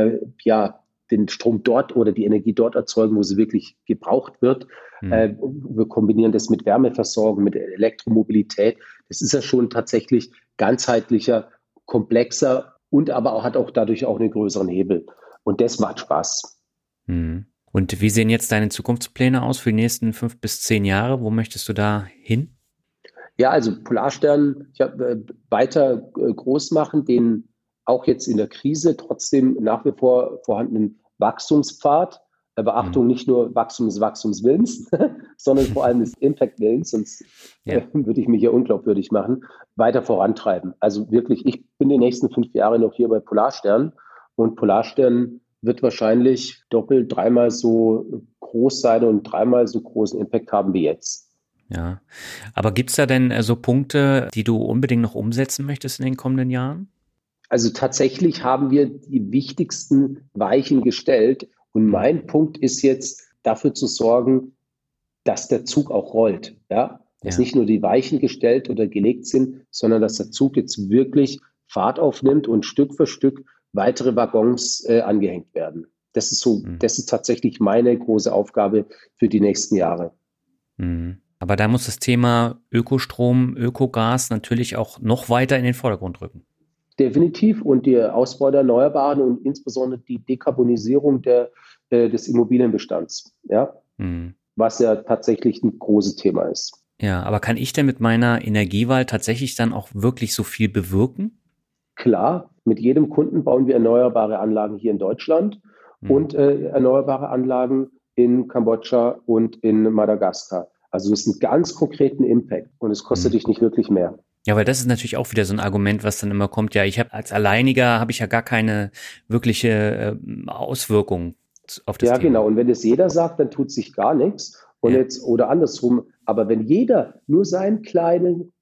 den Strom dort oder die Energie dort erzeugen, wo sie wirklich gebraucht wird. Wir kombinieren das mit Wärmeversorgung, mit Elektromobilität. Das ist ja schon tatsächlich ganzheitlicher, komplexer und aber auch, hat auch dadurch auch einen größeren Hebel. Und das macht Spaß. Und wie sehen jetzt deine Zukunftspläne aus für die nächsten 5 bis 10 Jahre? Wo möchtest du da hin? Ja, also Polarstern weiter groß machen, den auch jetzt in der Krise trotzdem nach wie vor vorhandenen Wachstumspfad. Beachtung, nicht nur Wachstum des Wachstumswillens, sondern vor allem des Impact-Willens, sonst würde ich mich ja unglaubwürdig machen, weiter vorantreiben. Also wirklich, ich bin die nächsten 5 Jahre noch hier bei Polarstern und Polarstern wird wahrscheinlich doppelt, dreimal so groß sein und dreimal so großen Impact haben wie jetzt. Ja, aber gibt es da denn so Punkte, die du unbedingt noch umsetzen möchtest in den kommenden Jahren? Also tatsächlich haben wir die wichtigsten Weichen gestellt. Und mein Punkt ist jetzt, dafür zu sorgen, dass der Zug auch rollt. Ja? Dass nicht nur die Weichen gestellt oder gelegt sind, sondern dass der Zug jetzt wirklich Fahrt aufnimmt und Stück für Stück weitere Waggons angehängt werden. Das ist so, das ist tatsächlich meine große Aufgabe für die nächsten Jahre. Aber da muss das Thema Ökostrom, Ökogas natürlich auch noch weiter in den Vordergrund rücken. Definitiv. Und der Ausbau der Erneuerbaren und insbesondere die Dekarbonisierung des Immobilienbestands, was ja tatsächlich ein großes Thema ist. Ja, aber kann ich denn mit meiner Energiewahl tatsächlich dann auch wirklich so viel bewirken? Klar, mit jedem Kunden bauen wir erneuerbare Anlagen hier in Deutschland und erneuerbare Anlagen in Kambodscha und in Madagaskar. Also es ist einen ganz konkreten Impact und es kostet dich nicht wirklich mehr. Ja, weil das ist natürlich auch wieder so ein Argument, was dann immer kommt. Ja, ich habe als Alleiniger habe ich ja gar keine wirkliche Auswirkung auf das Thema. Ja, genau. Und wenn das jeder sagt, dann tut sich gar nichts. Und jetzt, oder andersrum, Aber wenn jeder nur seinen kleinen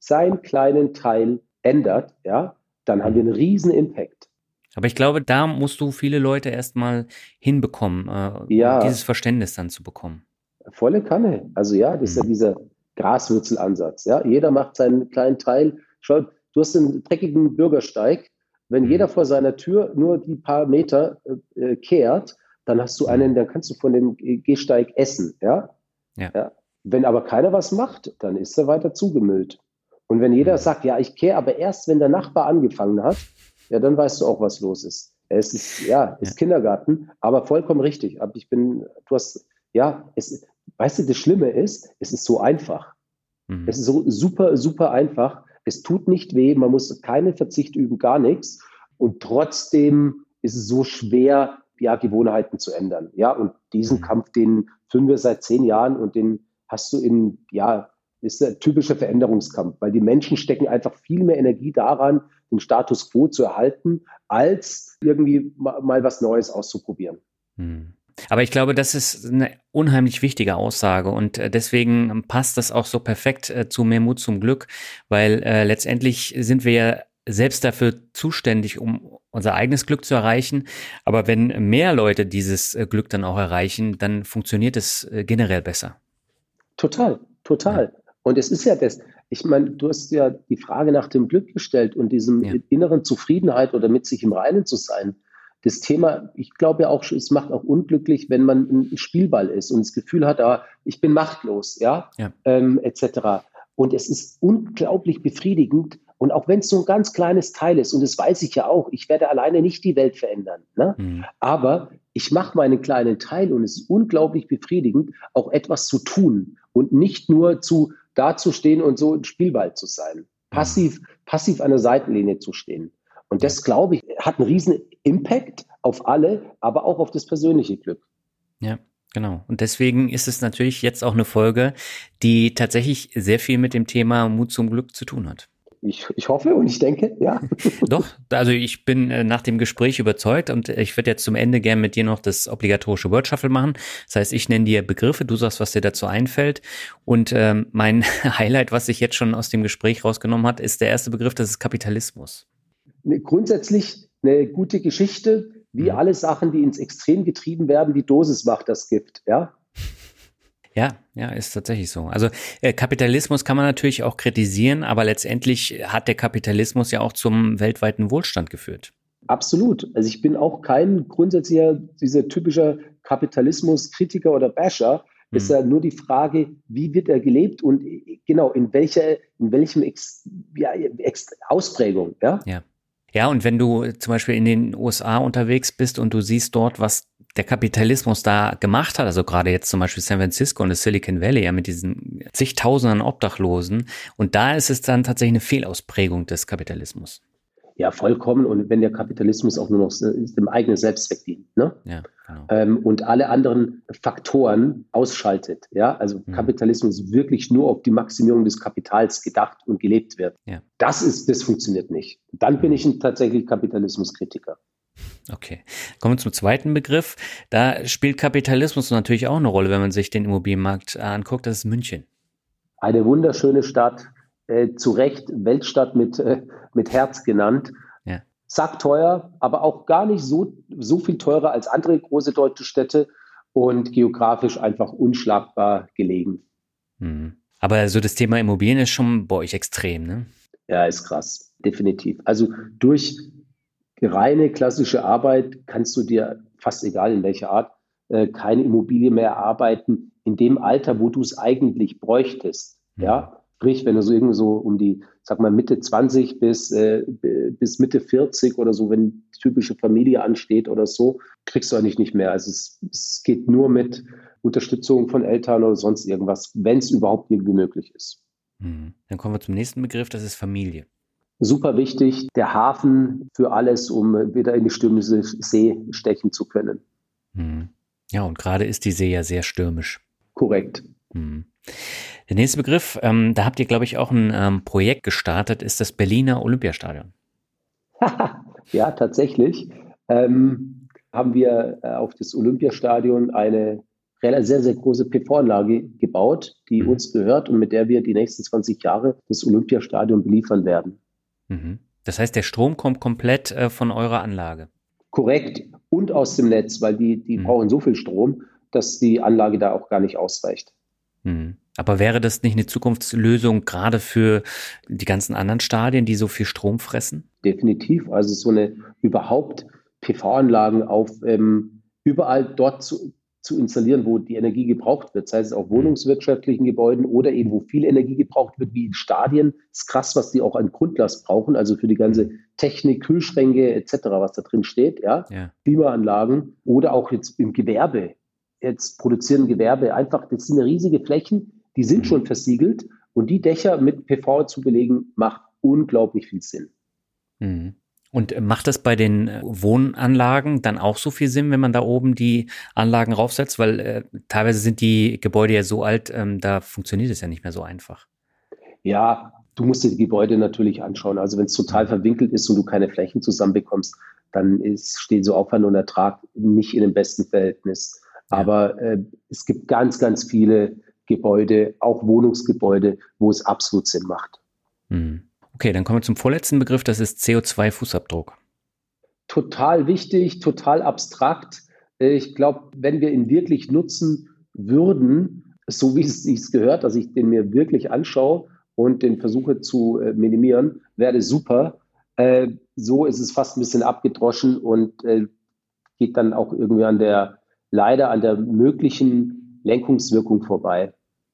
Teil ändert, ja, dann haben wir einen riesen Impact. Aber ich glaube, da musst du viele Leute erstmal hinbekommen, um dieses Ja, Verständnis dann zu bekommen. volle Kanne. Also ja, das ist ja Mhm. dieser Graswurzelansatz. Ja, jeder macht seinen kleinen Teil. Schau, du hast einen dreckigen Bürgersteig. Wenn Mhm. jeder vor seiner Tür nur die paar Meter kehrt, Mhm. dann kannst du von dem Gehsteig essen. Ja? Ja. Ja. Wenn aber keiner was macht, dann ist er weiter zugemüllt. Und wenn jeder Mhm. sagt, ja, ich kehre aber erst, wenn der Nachbar angefangen hat, ja, dann weißt du auch, was los ist. Es ist, ja, es Ja. ist Kindergarten, aber vollkommen richtig. Aber du hast, ja, weißt du, das Schlimme ist, es ist so einfach. Mhm. Es ist so super, super einfach. Es tut nicht weh, man muss keinen Verzicht üben, gar nichts. Und trotzdem ist es so schwer, ja, Gewohnheiten zu ändern. Ja, und diesen Mhm. Kampf, den führen wir seit 10 Jahren und den hast du ist der typische Veränderungskampf, weil die Menschen stecken einfach viel mehr Energie daran, den Status quo zu erhalten, als irgendwie mal was Neues auszuprobieren. Mhm. Aber ich glaube, das ist eine unheimlich wichtige Aussage und deswegen passt das auch so perfekt zu Mehr Mut zum Glück, weil letztendlich sind wir ja selbst dafür zuständig, um unser eigenes Glück zu erreichen. Aber wenn mehr Leute dieses Glück dann auch erreichen, dann funktioniert es generell besser. Total, Ja, total. Und es ist ja ich meine, du hast ja die Frage nach dem Glück gestellt und diesem ja. inneren Zufriedenheit oder mit sich im Reinen zu sein. Das Thema, ich glaube ja auch, es macht auch unglücklich, wenn man ein Spielball ist und das Gefühl hat, ich bin machtlos, ja, Ja. etc. Und es ist unglaublich befriedigend. Und auch wenn es so ein ganz kleines Teil ist, und das weiß ich ja auch, ich werde alleine nicht die Welt verändern, ne? Mhm. Aber ich mache meinen kleinen Teil und es ist unglaublich befriedigend, auch etwas zu tun und nicht nur dazustehen und so ein Spielball zu sein. Mhm. Passiv an der Seitenlinie zu stehen. Und Ja. das, glaube ich, hat einen riesen Impact auf alle, aber auch auf das persönliche Glück. Ja, genau. Und deswegen ist es natürlich jetzt auch eine Folge, die tatsächlich sehr viel mit dem Thema Mut zum Glück zu tun hat. Ich hoffe und ich denke, ja. Doch, also ich bin nach dem Gespräch überzeugt und ich würde jetzt zum Ende gern mit dir noch das obligatorische Word Shuffle machen. Das heißt, ich nenne dir Begriffe, du sagst, was dir dazu einfällt. Und mein Highlight, was sich jetzt schon aus dem Gespräch rausgenommen hat, ist der erste Begriff, das ist Kapitalismus. Grundsätzlich eine gute Geschichte, wie Mhm. alle Sachen, die ins Extrem getrieben werden, die Dosis macht das Gift, ja. Ja, ja, ist tatsächlich so. Also Kapitalismus kann man natürlich auch kritisieren, aber letztendlich hat der Kapitalismus ja auch zum weltweiten Wohlstand geführt. Absolut. Also ich bin auch kein grundsätzlicher, dieser typischer Kapitalismus-Kritiker oder Basher. Es ist Mhm. ja nur die Frage, wie wird er gelebt und genau, in welchem Ausprägung, ja? Ja. Ja, und wenn du zum Beispiel in den USA unterwegs bist und du siehst dort, was der Kapitalismus da gemacht hat, also gerade jetzt zum Beispiel San Francisco und das Silicon Valley, ja, mit diesen zigtausenden Obdachlosen, und da ist es dann tatsächlich eine Fehlausprägung des Kapitalismus. Ja, vollkommen. Und wenn der Kapitalismus auch nur noch dem eigenen Selbstzweck dient, ne? Ja, genau. Und alle anderen Faktoren ausschaltet. Ja, also Mhm. Kapitalismus wirklich nur auf die Maximierung des Kapitals gedacht und gelebt wird. Ja, Das funktioniert nicht. Dann bin mhm. ich ein tatsächlich Kapitalismuskritiker. Okay. Kommen wir zum zweiten Begriff. Da spielt Kapitalismus natürlich auch eine Rolle, wenn man sich den Immobilienmarkt anguckt. Das ist München. Eine wunderschöne Stadt, zu Recht Weltstadt mit Herz genannt. Ja. Sackteuer, aber auch gar nicht so viel teurer als andere große deutsche Städte und geografisch einfach unschlagbar gelegen. Mhm. Aber so das Thema Immobilien ist schon bei euch extrem, ne? Ja, ist krass, definitiv. Also durch reine klassische Arbeit kannst du dir, fast egal in welcher Art, keine Immobilie mehr erarbeiten in dem Alter, wo du es eigentlich bräuchtest. Mhm. Ja, sprich, wenn du so irgendwie so um die, sag mal, Mitte 20 bis Mitte 40 oder so, wenn die typische Familie ansteht oder so, kriegst du eigentlich nicht mehr. Also es geht nur mit Unterstützung von Eltern oder sonst irgendwas, wenn es überhaupt irgendwie möglich ist. Mhm. Dann kommen wir zum nächsten Begriff, das ist Familie. Super wichtig, der Hafen für alles, um wieder in die stürmische See stechen zu können. Mhm. Ja, und gerade ist die See ja sehr stürmisch. Korrekt. Mhm. Der nächste Begriff, da habt ihr, glaube ich, auch ein Projekt gestartet, ist das Berliner Olympiastadion. Ja, tatsächlich haben wir auf das Olympiastadion eine sehr, sehr große PV-Anlage gebaut, die uns gehört und mit der wir die nächsten 20 Jahre das Olympiastadion beliefern werden. Das heißt, der Strom kommt komplett von eurer Anlage? Korrekt. Und aus dem Netz, weil die brauchen so viel Strom, dass die Anlage da auch gar nicht ausreicht. Aber wäre das nicht eine Zukunftslösung gerade für die ganzen anderen Stadien, die so viel Strom fressen? Definitiv. Also so eine überhaupt PV-Anlagen auf überall dort zu installieren, wo die Energie gebraucht wird, sei es auf wohnungswirtschaftlichen Gebäuden oder eben wo viel Energie gebraucht wird, wie in Stadien. Das ist krass, was die auch an Grundlast brauchen, also für die ganze Technik, Kühlschränke etc., was da drin steht, ja. Klimaanlagen oder auch jetzt im Gewerbe. Jetzt produzieren Gewerbe einfach, das sind riesige Flächen, die sind schon versiegelt und die Dächer mit PV zu belegen, macht unglaublich viel Sinn. Und macht das bei den Wohnanlagen dann auch so viel Sinn, wenn man da oben die Anlagen raufsetzt? Weil teilweise sind die Gebäude ja so alt, da funktioniert es ja nicht mehr so einfach. Ja, du musst dir die Gebäude natürlich anschauen. Also wenn es total verwinkelt ist und du keine Flächen zusammenbekommst, dann steht so Aufwand und Ertrag nicht in dem besten Verhältnis. Aber es gibt ganz, ganz viele Gebäude, auch Wohnungsgebäude, wo es absolut Sinn macht. Okay, dann kommen wir zum vorletzten Begriff, das ist CO2-Fußabdruck. Total wichtig, total abstrakt. Ich glaube, wenn wir ihn wirklich nutzen würden, so wie es sich gehört, dass ich den mir wirklich anschaue und den versuche zu minimieren, wäre super. So ist es fast ein bisschen abgedroschen und geht dann auch irgendwie leider an der möglichen Lenkungswirkung vorbei.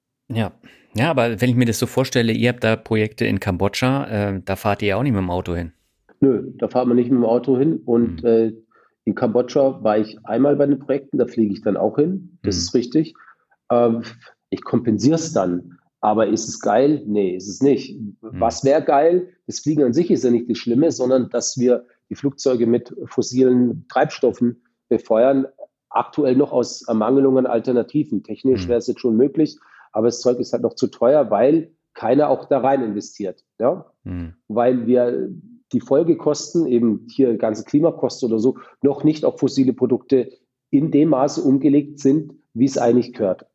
Ja, aber wenn ich mir das so vorstelle, ihr habt da Projekte in Kambodscha, da fahrt ihr ja auch nicht mit dem Auto hin. Nö, da fahren wir nicht mit dem Auto hin. Und in Kambodscha war ich einmal bei den Projekten, da fliege ich dann auch hin. Das ist richtig. Ich kompensiere es dann. Aber ist es geil? Nee, ist es nicht. Was wäre geil? Das Fliegen an sich ist ja nicht das Schlimme, sondern dass wir die Flugzeuge mit fossilen Treibstoffen befeuern. Aktuell noch aus Ermangelung an Alternativen. Technisch wäre es jetzt schon möglich. Aber das Zeug ist halt noch zu teuer, weil keiner auch da rein investiert. Ja? Weil wir die Folgekosten, eben hier ganze Klimakosten oder so, noch nicht auf fossile Produkte in dem Maße umgelegt sind, wie es eigentlich gehört.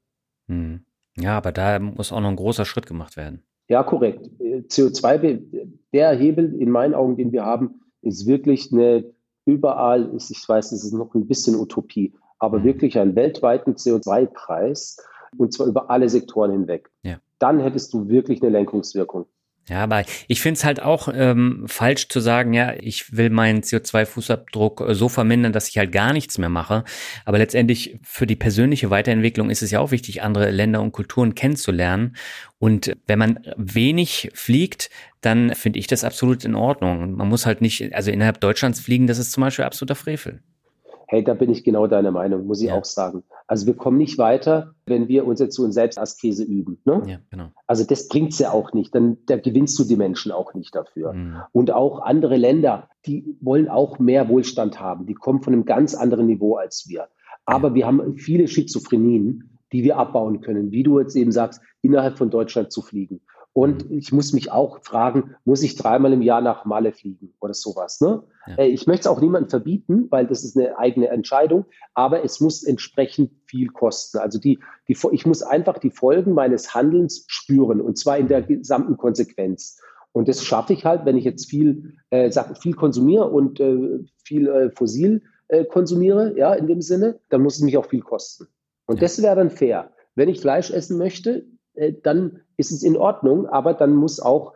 Ja, aber da muss auch noch ein großer Schritt gemacht werden. Ja, korrekt. CO2, der Hebel in meinen Augen, den wir haben, ist wirklich überall, ich weiß, es ist noch ein bisschen Utopie, aber wirklich einen weltweiten CO2-Preis, und zwar über alle Sektoren hinweg. Dann hättest du wirklich eine Lenkungswirkung. Ja, aber ich finde es halt auch falsch zu sagen, ja, ich will meinen CO2-Fußabdruck so vermindern, dass ich halt gar nichts mehr mache. Aber letztendlich für die persönliche Weiterentwicklung ist es ja auch wichtig, andere Länder und Kulturen kennenzulernen. Und wenn man wenig fliegt, dann finde ich das absolut in Ordnung. Und man muss halt nicht, also innerhalb Deutschlands fliegen, das ist zum Beispiel absoluter Frevel. Hey, da bin ich genau deiner Meinung, muss ich auch sagen. Also wir kommen nicht weiter, wenn wir uns jetzt so in Selbstaskese üben. Ne? Ja, genau. Also das bringt's ja auch nicht, da gewinnst du die Menschen auch nicht dafür. Und auch andere Länder, die wollen auch mehr Wohlstand haben. Die kommen von einem ganz anderen Niveau als wir. Aber wir haben viele Schizophrenien, die wir abbauen können, wie du jetzt eben sagst, innerhalb von Deutschland zu fliegen. Und ich muss mich auch fragen, muss ich 3-mal im Jahr nach Malle fliegen oder sowas? Ne? Ich möchte es auch niemandem verbieten, weil das ist eine eigene Entscheidung, aber es muss entsprechend viel kosten. Also ich muss einfach die Folgen meines Handelns spüren und zwar in der gesamten Konsequenz. Und das schaffe ich halt, wenn ich jetzt viel konsumiere und viel fossil konsumiere, ja, in dem Sinne, dann muss es mich auch viel kosten. Und das wäre dann fair. Wenn ich Fleisch essen möchte, dann ist es in Ordnung, aber dann muss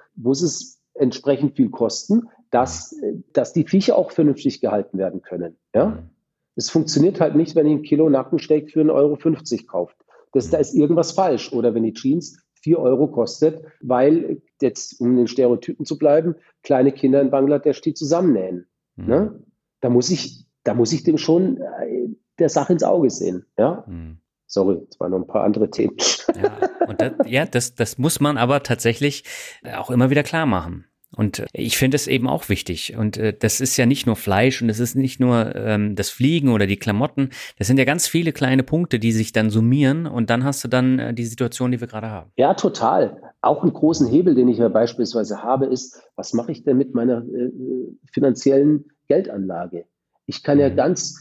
es entsprechend viel kosten, dass die Viecher auch vernünftig gehalten werden können. Ja? Es funktioniert halt nicht, wenn ich ein Kilo Nackensteak für 1,50 € kauft. Da ist irgendwas falsch. Oder wenn die Jeans 4 € kostet, weil jetzt, um in den Stereotypen zu bleiben, kleine Kinder in Bangladesch die zusammennähen. Ne? Da muss ich dem schon der Sache ins Auge sehen. Ja? Sorry, es waren noch ein paar andere Themen. Das muss man aber tatsächlich auch immer wieder klar machen. Und ich finde es eben auch wichtig. Und das ist ja nicht nur Fleisch und es ist nicht nur das Fliegen oder die Klamotten. Das sind ja ganz viele kleine Punkte, die sich dann summieren und dann hast du dann die Situation, die wir gerade haben. Ja, total. Auch einen großen Hebel, den ich ja beispielsweise habe, ist, was mache ich denn mit meiner finanziellen Geldanlage? ich kann ja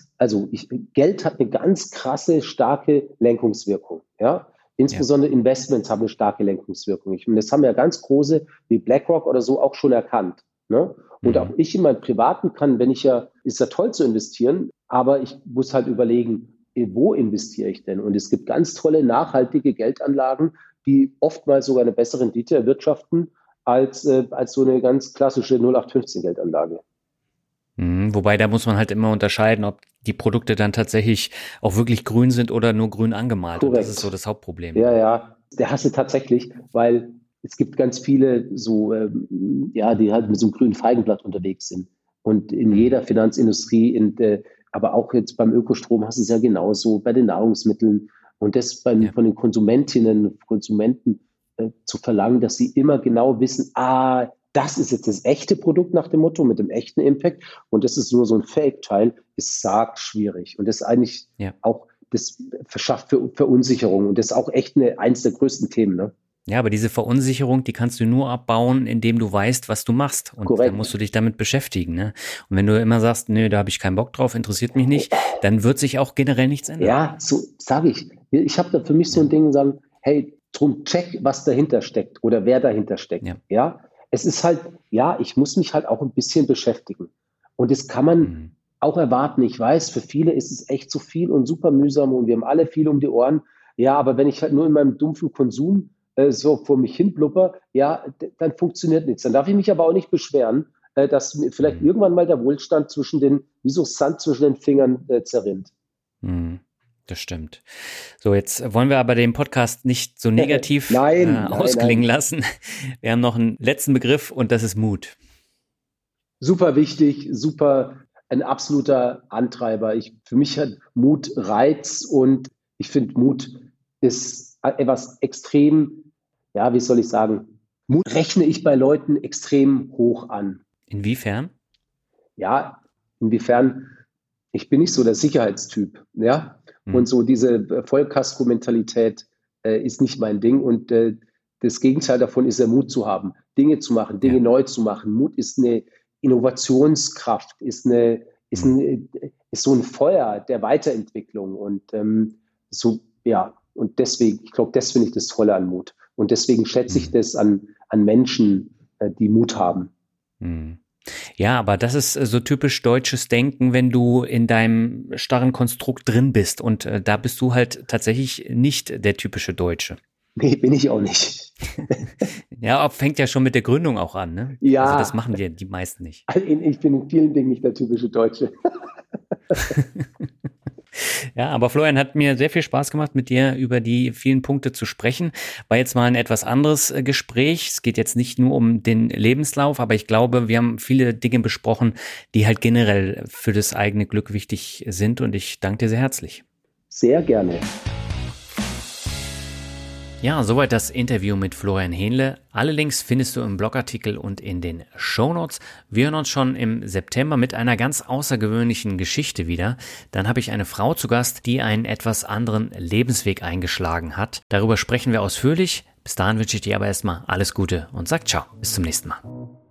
Geld hat eine ganz krasse, starke Lenkungswirkung, ja. Insbesondere Investments haben eine starke Lenkungswirkung. Und das haben ja ganz große wie BlackRock oder so auch schon erkannt. Ne? Und auch ich in meinem Privaten kann, ist ja toll zu investieren, aber ich muss halt überlegen, wo investiere ich denn? Und es gibt ganz tolle, nachhaltige Geldanlagen, die oftmals sogar eine bessere Rendite erwirtschaften als so eine ganz klassische 0815-Geldanlage. Wobei, da muss man halt immer unterscheiden, ob die Produkte dann tatsächlich auch wirklich grün sind oder nur grün angemalt. Korrekt. Und das ist so das Hauptproblem. Ja, der hasse tatsächlich, weil es gibt ganz viele so, die halt mit so einem grünen Feigenblatt unterwegs sind. Und in jeder Finanzindustrie, aber auch jetzt beim Ökostrom hast du es ja genauso, bei den Nahrungsmitteln. Und das von den Konsumentinnen und Konsumenten zu verlangen, dass sie immer genau wissen, das ist jetzt das echte Produkt nach dem Motto mit dem echten Impact und das ist nur so ein Fake-Teil, ist sagt schwierig. Und das ist eigentlich auch, das verschafft für Verunsicherung und das ist auch echt eins der größten Themen. Ne? Ja, aber diese Verunsicherung, die kannst du nur abbauen, indem du weißt, was du machst. Und dann musst du dich damit beschäftigen. Ne? Und wenn du immer sagst, nee, da habe ich keinen Bock drauf, interessiert mich nicht, dann wird sich auch generell nichts ändern. Ja, so sage ich. Ich habe da für mich so ein Ding, sagen, hey, drum check, was dahinter steckt oder wer dahinter steckt. Ja. Es ist halt, ich muss mich halt auch ein bisschen beschäftigen. Und das kann man auch erwarten. Ich weiß, für viele ist es echt zu viel und super mühsam und wir haben alle viel um die Ohren. Ja, aber wenn ich halt nur in meinem dumpfen Konsum so vor mich hin blubber, dann funktioniert nichts. Dann darf ich mich aber auch nicht beschweren, dass mir vielleicht irgendwann mal der Wohlstand wie so Sand zwischen den Fingern zerrinnt. Das stimmt. So, jetzt wollen wir aber den Podcast nicht so negativ ausklingen lassen. Wir haben noch einen letzten Begriff und das ist Mut. Super wichtig, ein absoluter Antreiber. Für mich hat Mut Reiz und ich finde, Mut ist etwas extrem, wie soll ich sagen, Mut rechne ich bei Leuten extrem hoch an. Inwiefern? Ja, inwiefern, ich bin nicht so der Sicherheitstyp, Und so diese Vollkasko-Mentalität ist nicht mein Ding. Und das Gegenteil davon ist der Mut zu haben, Dinge zu machen, Dinge neu zu machen. Mut ist eine Innovationskraft, ist so ein Feuer der Weiterentwicklung. Und und deswegen, ich glaube, das finde ich das Tolle an Mut. Und deswegen schätze ich das an Menschen, die Mut haben. Ja, aber das ist so typisch deutsches Denken, wenn du in deinem starren Konstrukt drin bist. Und da bist du halt tatsächlich nicht der typische Deutsche. Nee, bin ich auch nicht. Ja, fängt ja schon mit der Gründung auch an, ne? Ja. Also das machen die meisten nicht. Ich bin in vielen Dingen nicht der typische Deutsche. Ja, aber Florian, hat mir sehr viel Spaß gemacht, mit dir über die vielen Punkte zu sprechen. War jetzt mal ein etwas anderes Gespräch. Es geht jetzt nicht nur um den Lebenslauf, aber ich glaube, wir haben viele Dinge besprochen, die halt generell für das eigene Glück wichtig sind. Und ich danke dir sehr herzlich. Sehr gerne. Ja, soweit das Interview mit Florian Hähnle. Alle Links findest du im Blogartikel und in den Shownotes. Wir hören uns schon im September mit einer ganz außergewöhnlichen Geschichte wieder. Dann habe ich eine Frau zu Gast, die einen etwas anderen Lebensweg eingeschlagen hat. Darüber sprechen wir ausführlich. Bis dahin wünsche ich dir aber erstmal alles Gute und sag ciao. Bis zum nächsten Mal.